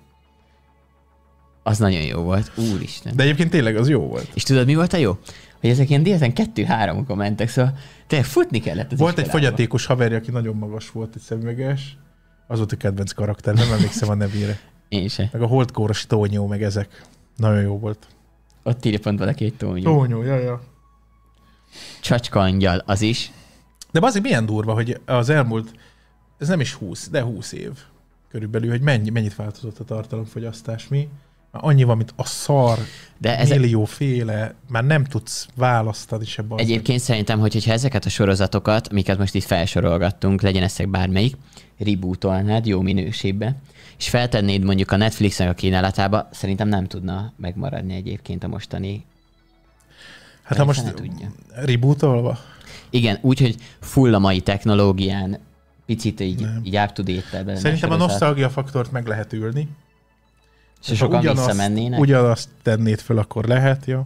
Az nagyon jó volt, úristen. De egyébként tényleg az jó volt. És tudod, mi volt a jó? Hogy ezek ilyen délután 2-3-kor mentek, szóval tényleg futni kellett az volt egy fogyatékos haverja, aki nagyon magas volt, egy szemüveges. Az volt a kedvenc karakter, nem emlékszem a nevére. Én se. Meg a holdkóros Tónyó, meg ezek. Nagyon jó volt. Ott írja pont valaki egy Tónyó. Tónyó, ja. Csacska angyal, az is. De azért milyen durva, hogy az elmúlt, ez nem is 20, de 20 év körülbelül, hogy mennyit változott a tartalomfogyasztás, mi? Annyi van, mint a szar, de millióféle, már nem tudsz választani se bazd. Egyébként szerintem, hogyha ezeket a sorozatokat, amiket most itt felsorolgattunk, legyen ezek bármelyik, rebootolnád jó minőségbe, és feltennéd mondjuk a Netflixnek a kínálatába, szerintem nem tudna megmaradni egyébként a mostani. Hát ha most rebootolva? Igen, úgyhogy full a mai technológián, picit így up to date-tel. Szerintem a nosztalgia faktort meg lehet ülni. És sokan visszamennének. Ugyanazt tennéd föl, akkor lehet, jó?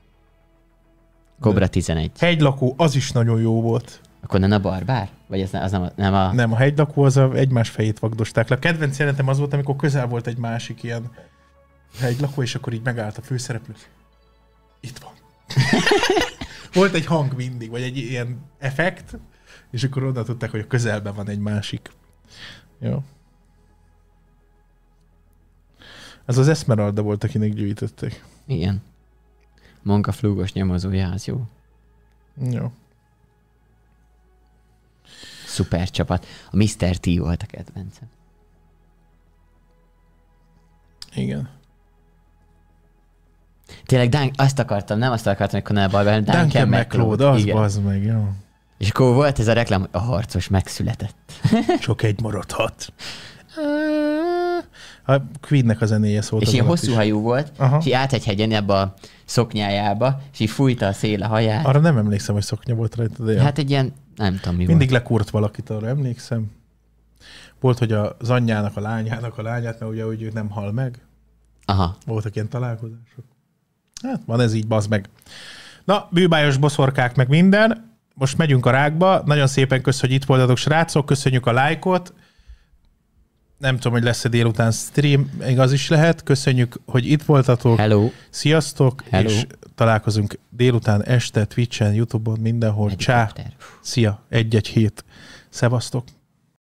Cobra 11. Hegylakó, az is nagyon jó volt. Akkor nem a barbár? Vagy ez az nem a... Nem, a hegylakó az egymás fejét vagdosták le. A kedvenc jelenetem az volt, amikor közel volt egy másik ilyen hegylakó, és akkor így megállt a főszereplő. Itt van. Volt egy hang mindig, vagy egy ilyen effekt, és akkor oda tudták, hogy a közelben van egy másik. Jó. Ez az Esmeralda volt, akinek gyűjtötték. Igen. Monka flúgos nyomozója, az jó. Jó. Szuper csapat. A Mr. T volt a kedvencem. Igen. Tényleg azt akartam, nem azt akartam, hogy Conan Barber, Duncan MacLeod. Az bazd meg, jó. És akkor volt ez a reklám, hogy a harcos megszületett. Csak egy maradhat. A Queennek a zenéje szólt. És ilyen hosszú hajú volt, és így át egy hegyen ebbe a szoknyájába, és így fújta a szél a haját. Arra nem emlékszem, hogy szoknya volt rajta, de hát egy ilyen, nem tudom mi mindig volt. Lekúrt valakit, arra emlékszem. Volt, hogy az anyjának a lányának a lányát, mert ugye úgy ő nem hal meg. Aha. Voltak ilyen találkozások. Hát van ez így, bazd meg. Na, bűbájos boszorkák meg minden. Most megyünk a rákba. Nagyon szépen köszönjük, hogy itt voltatok, srácok. Köszönjük a lájkot. Nem tudom, hogy lesz-e délután stream, még az is lehet. Köszönjük, hogy itt voltatok. Hello. Sziasztok, Hello. És találkozunk délután, este, Twitchen, YouTube-on, mindenhol. Csá. Szia, 1-1 hét. Szevasztok.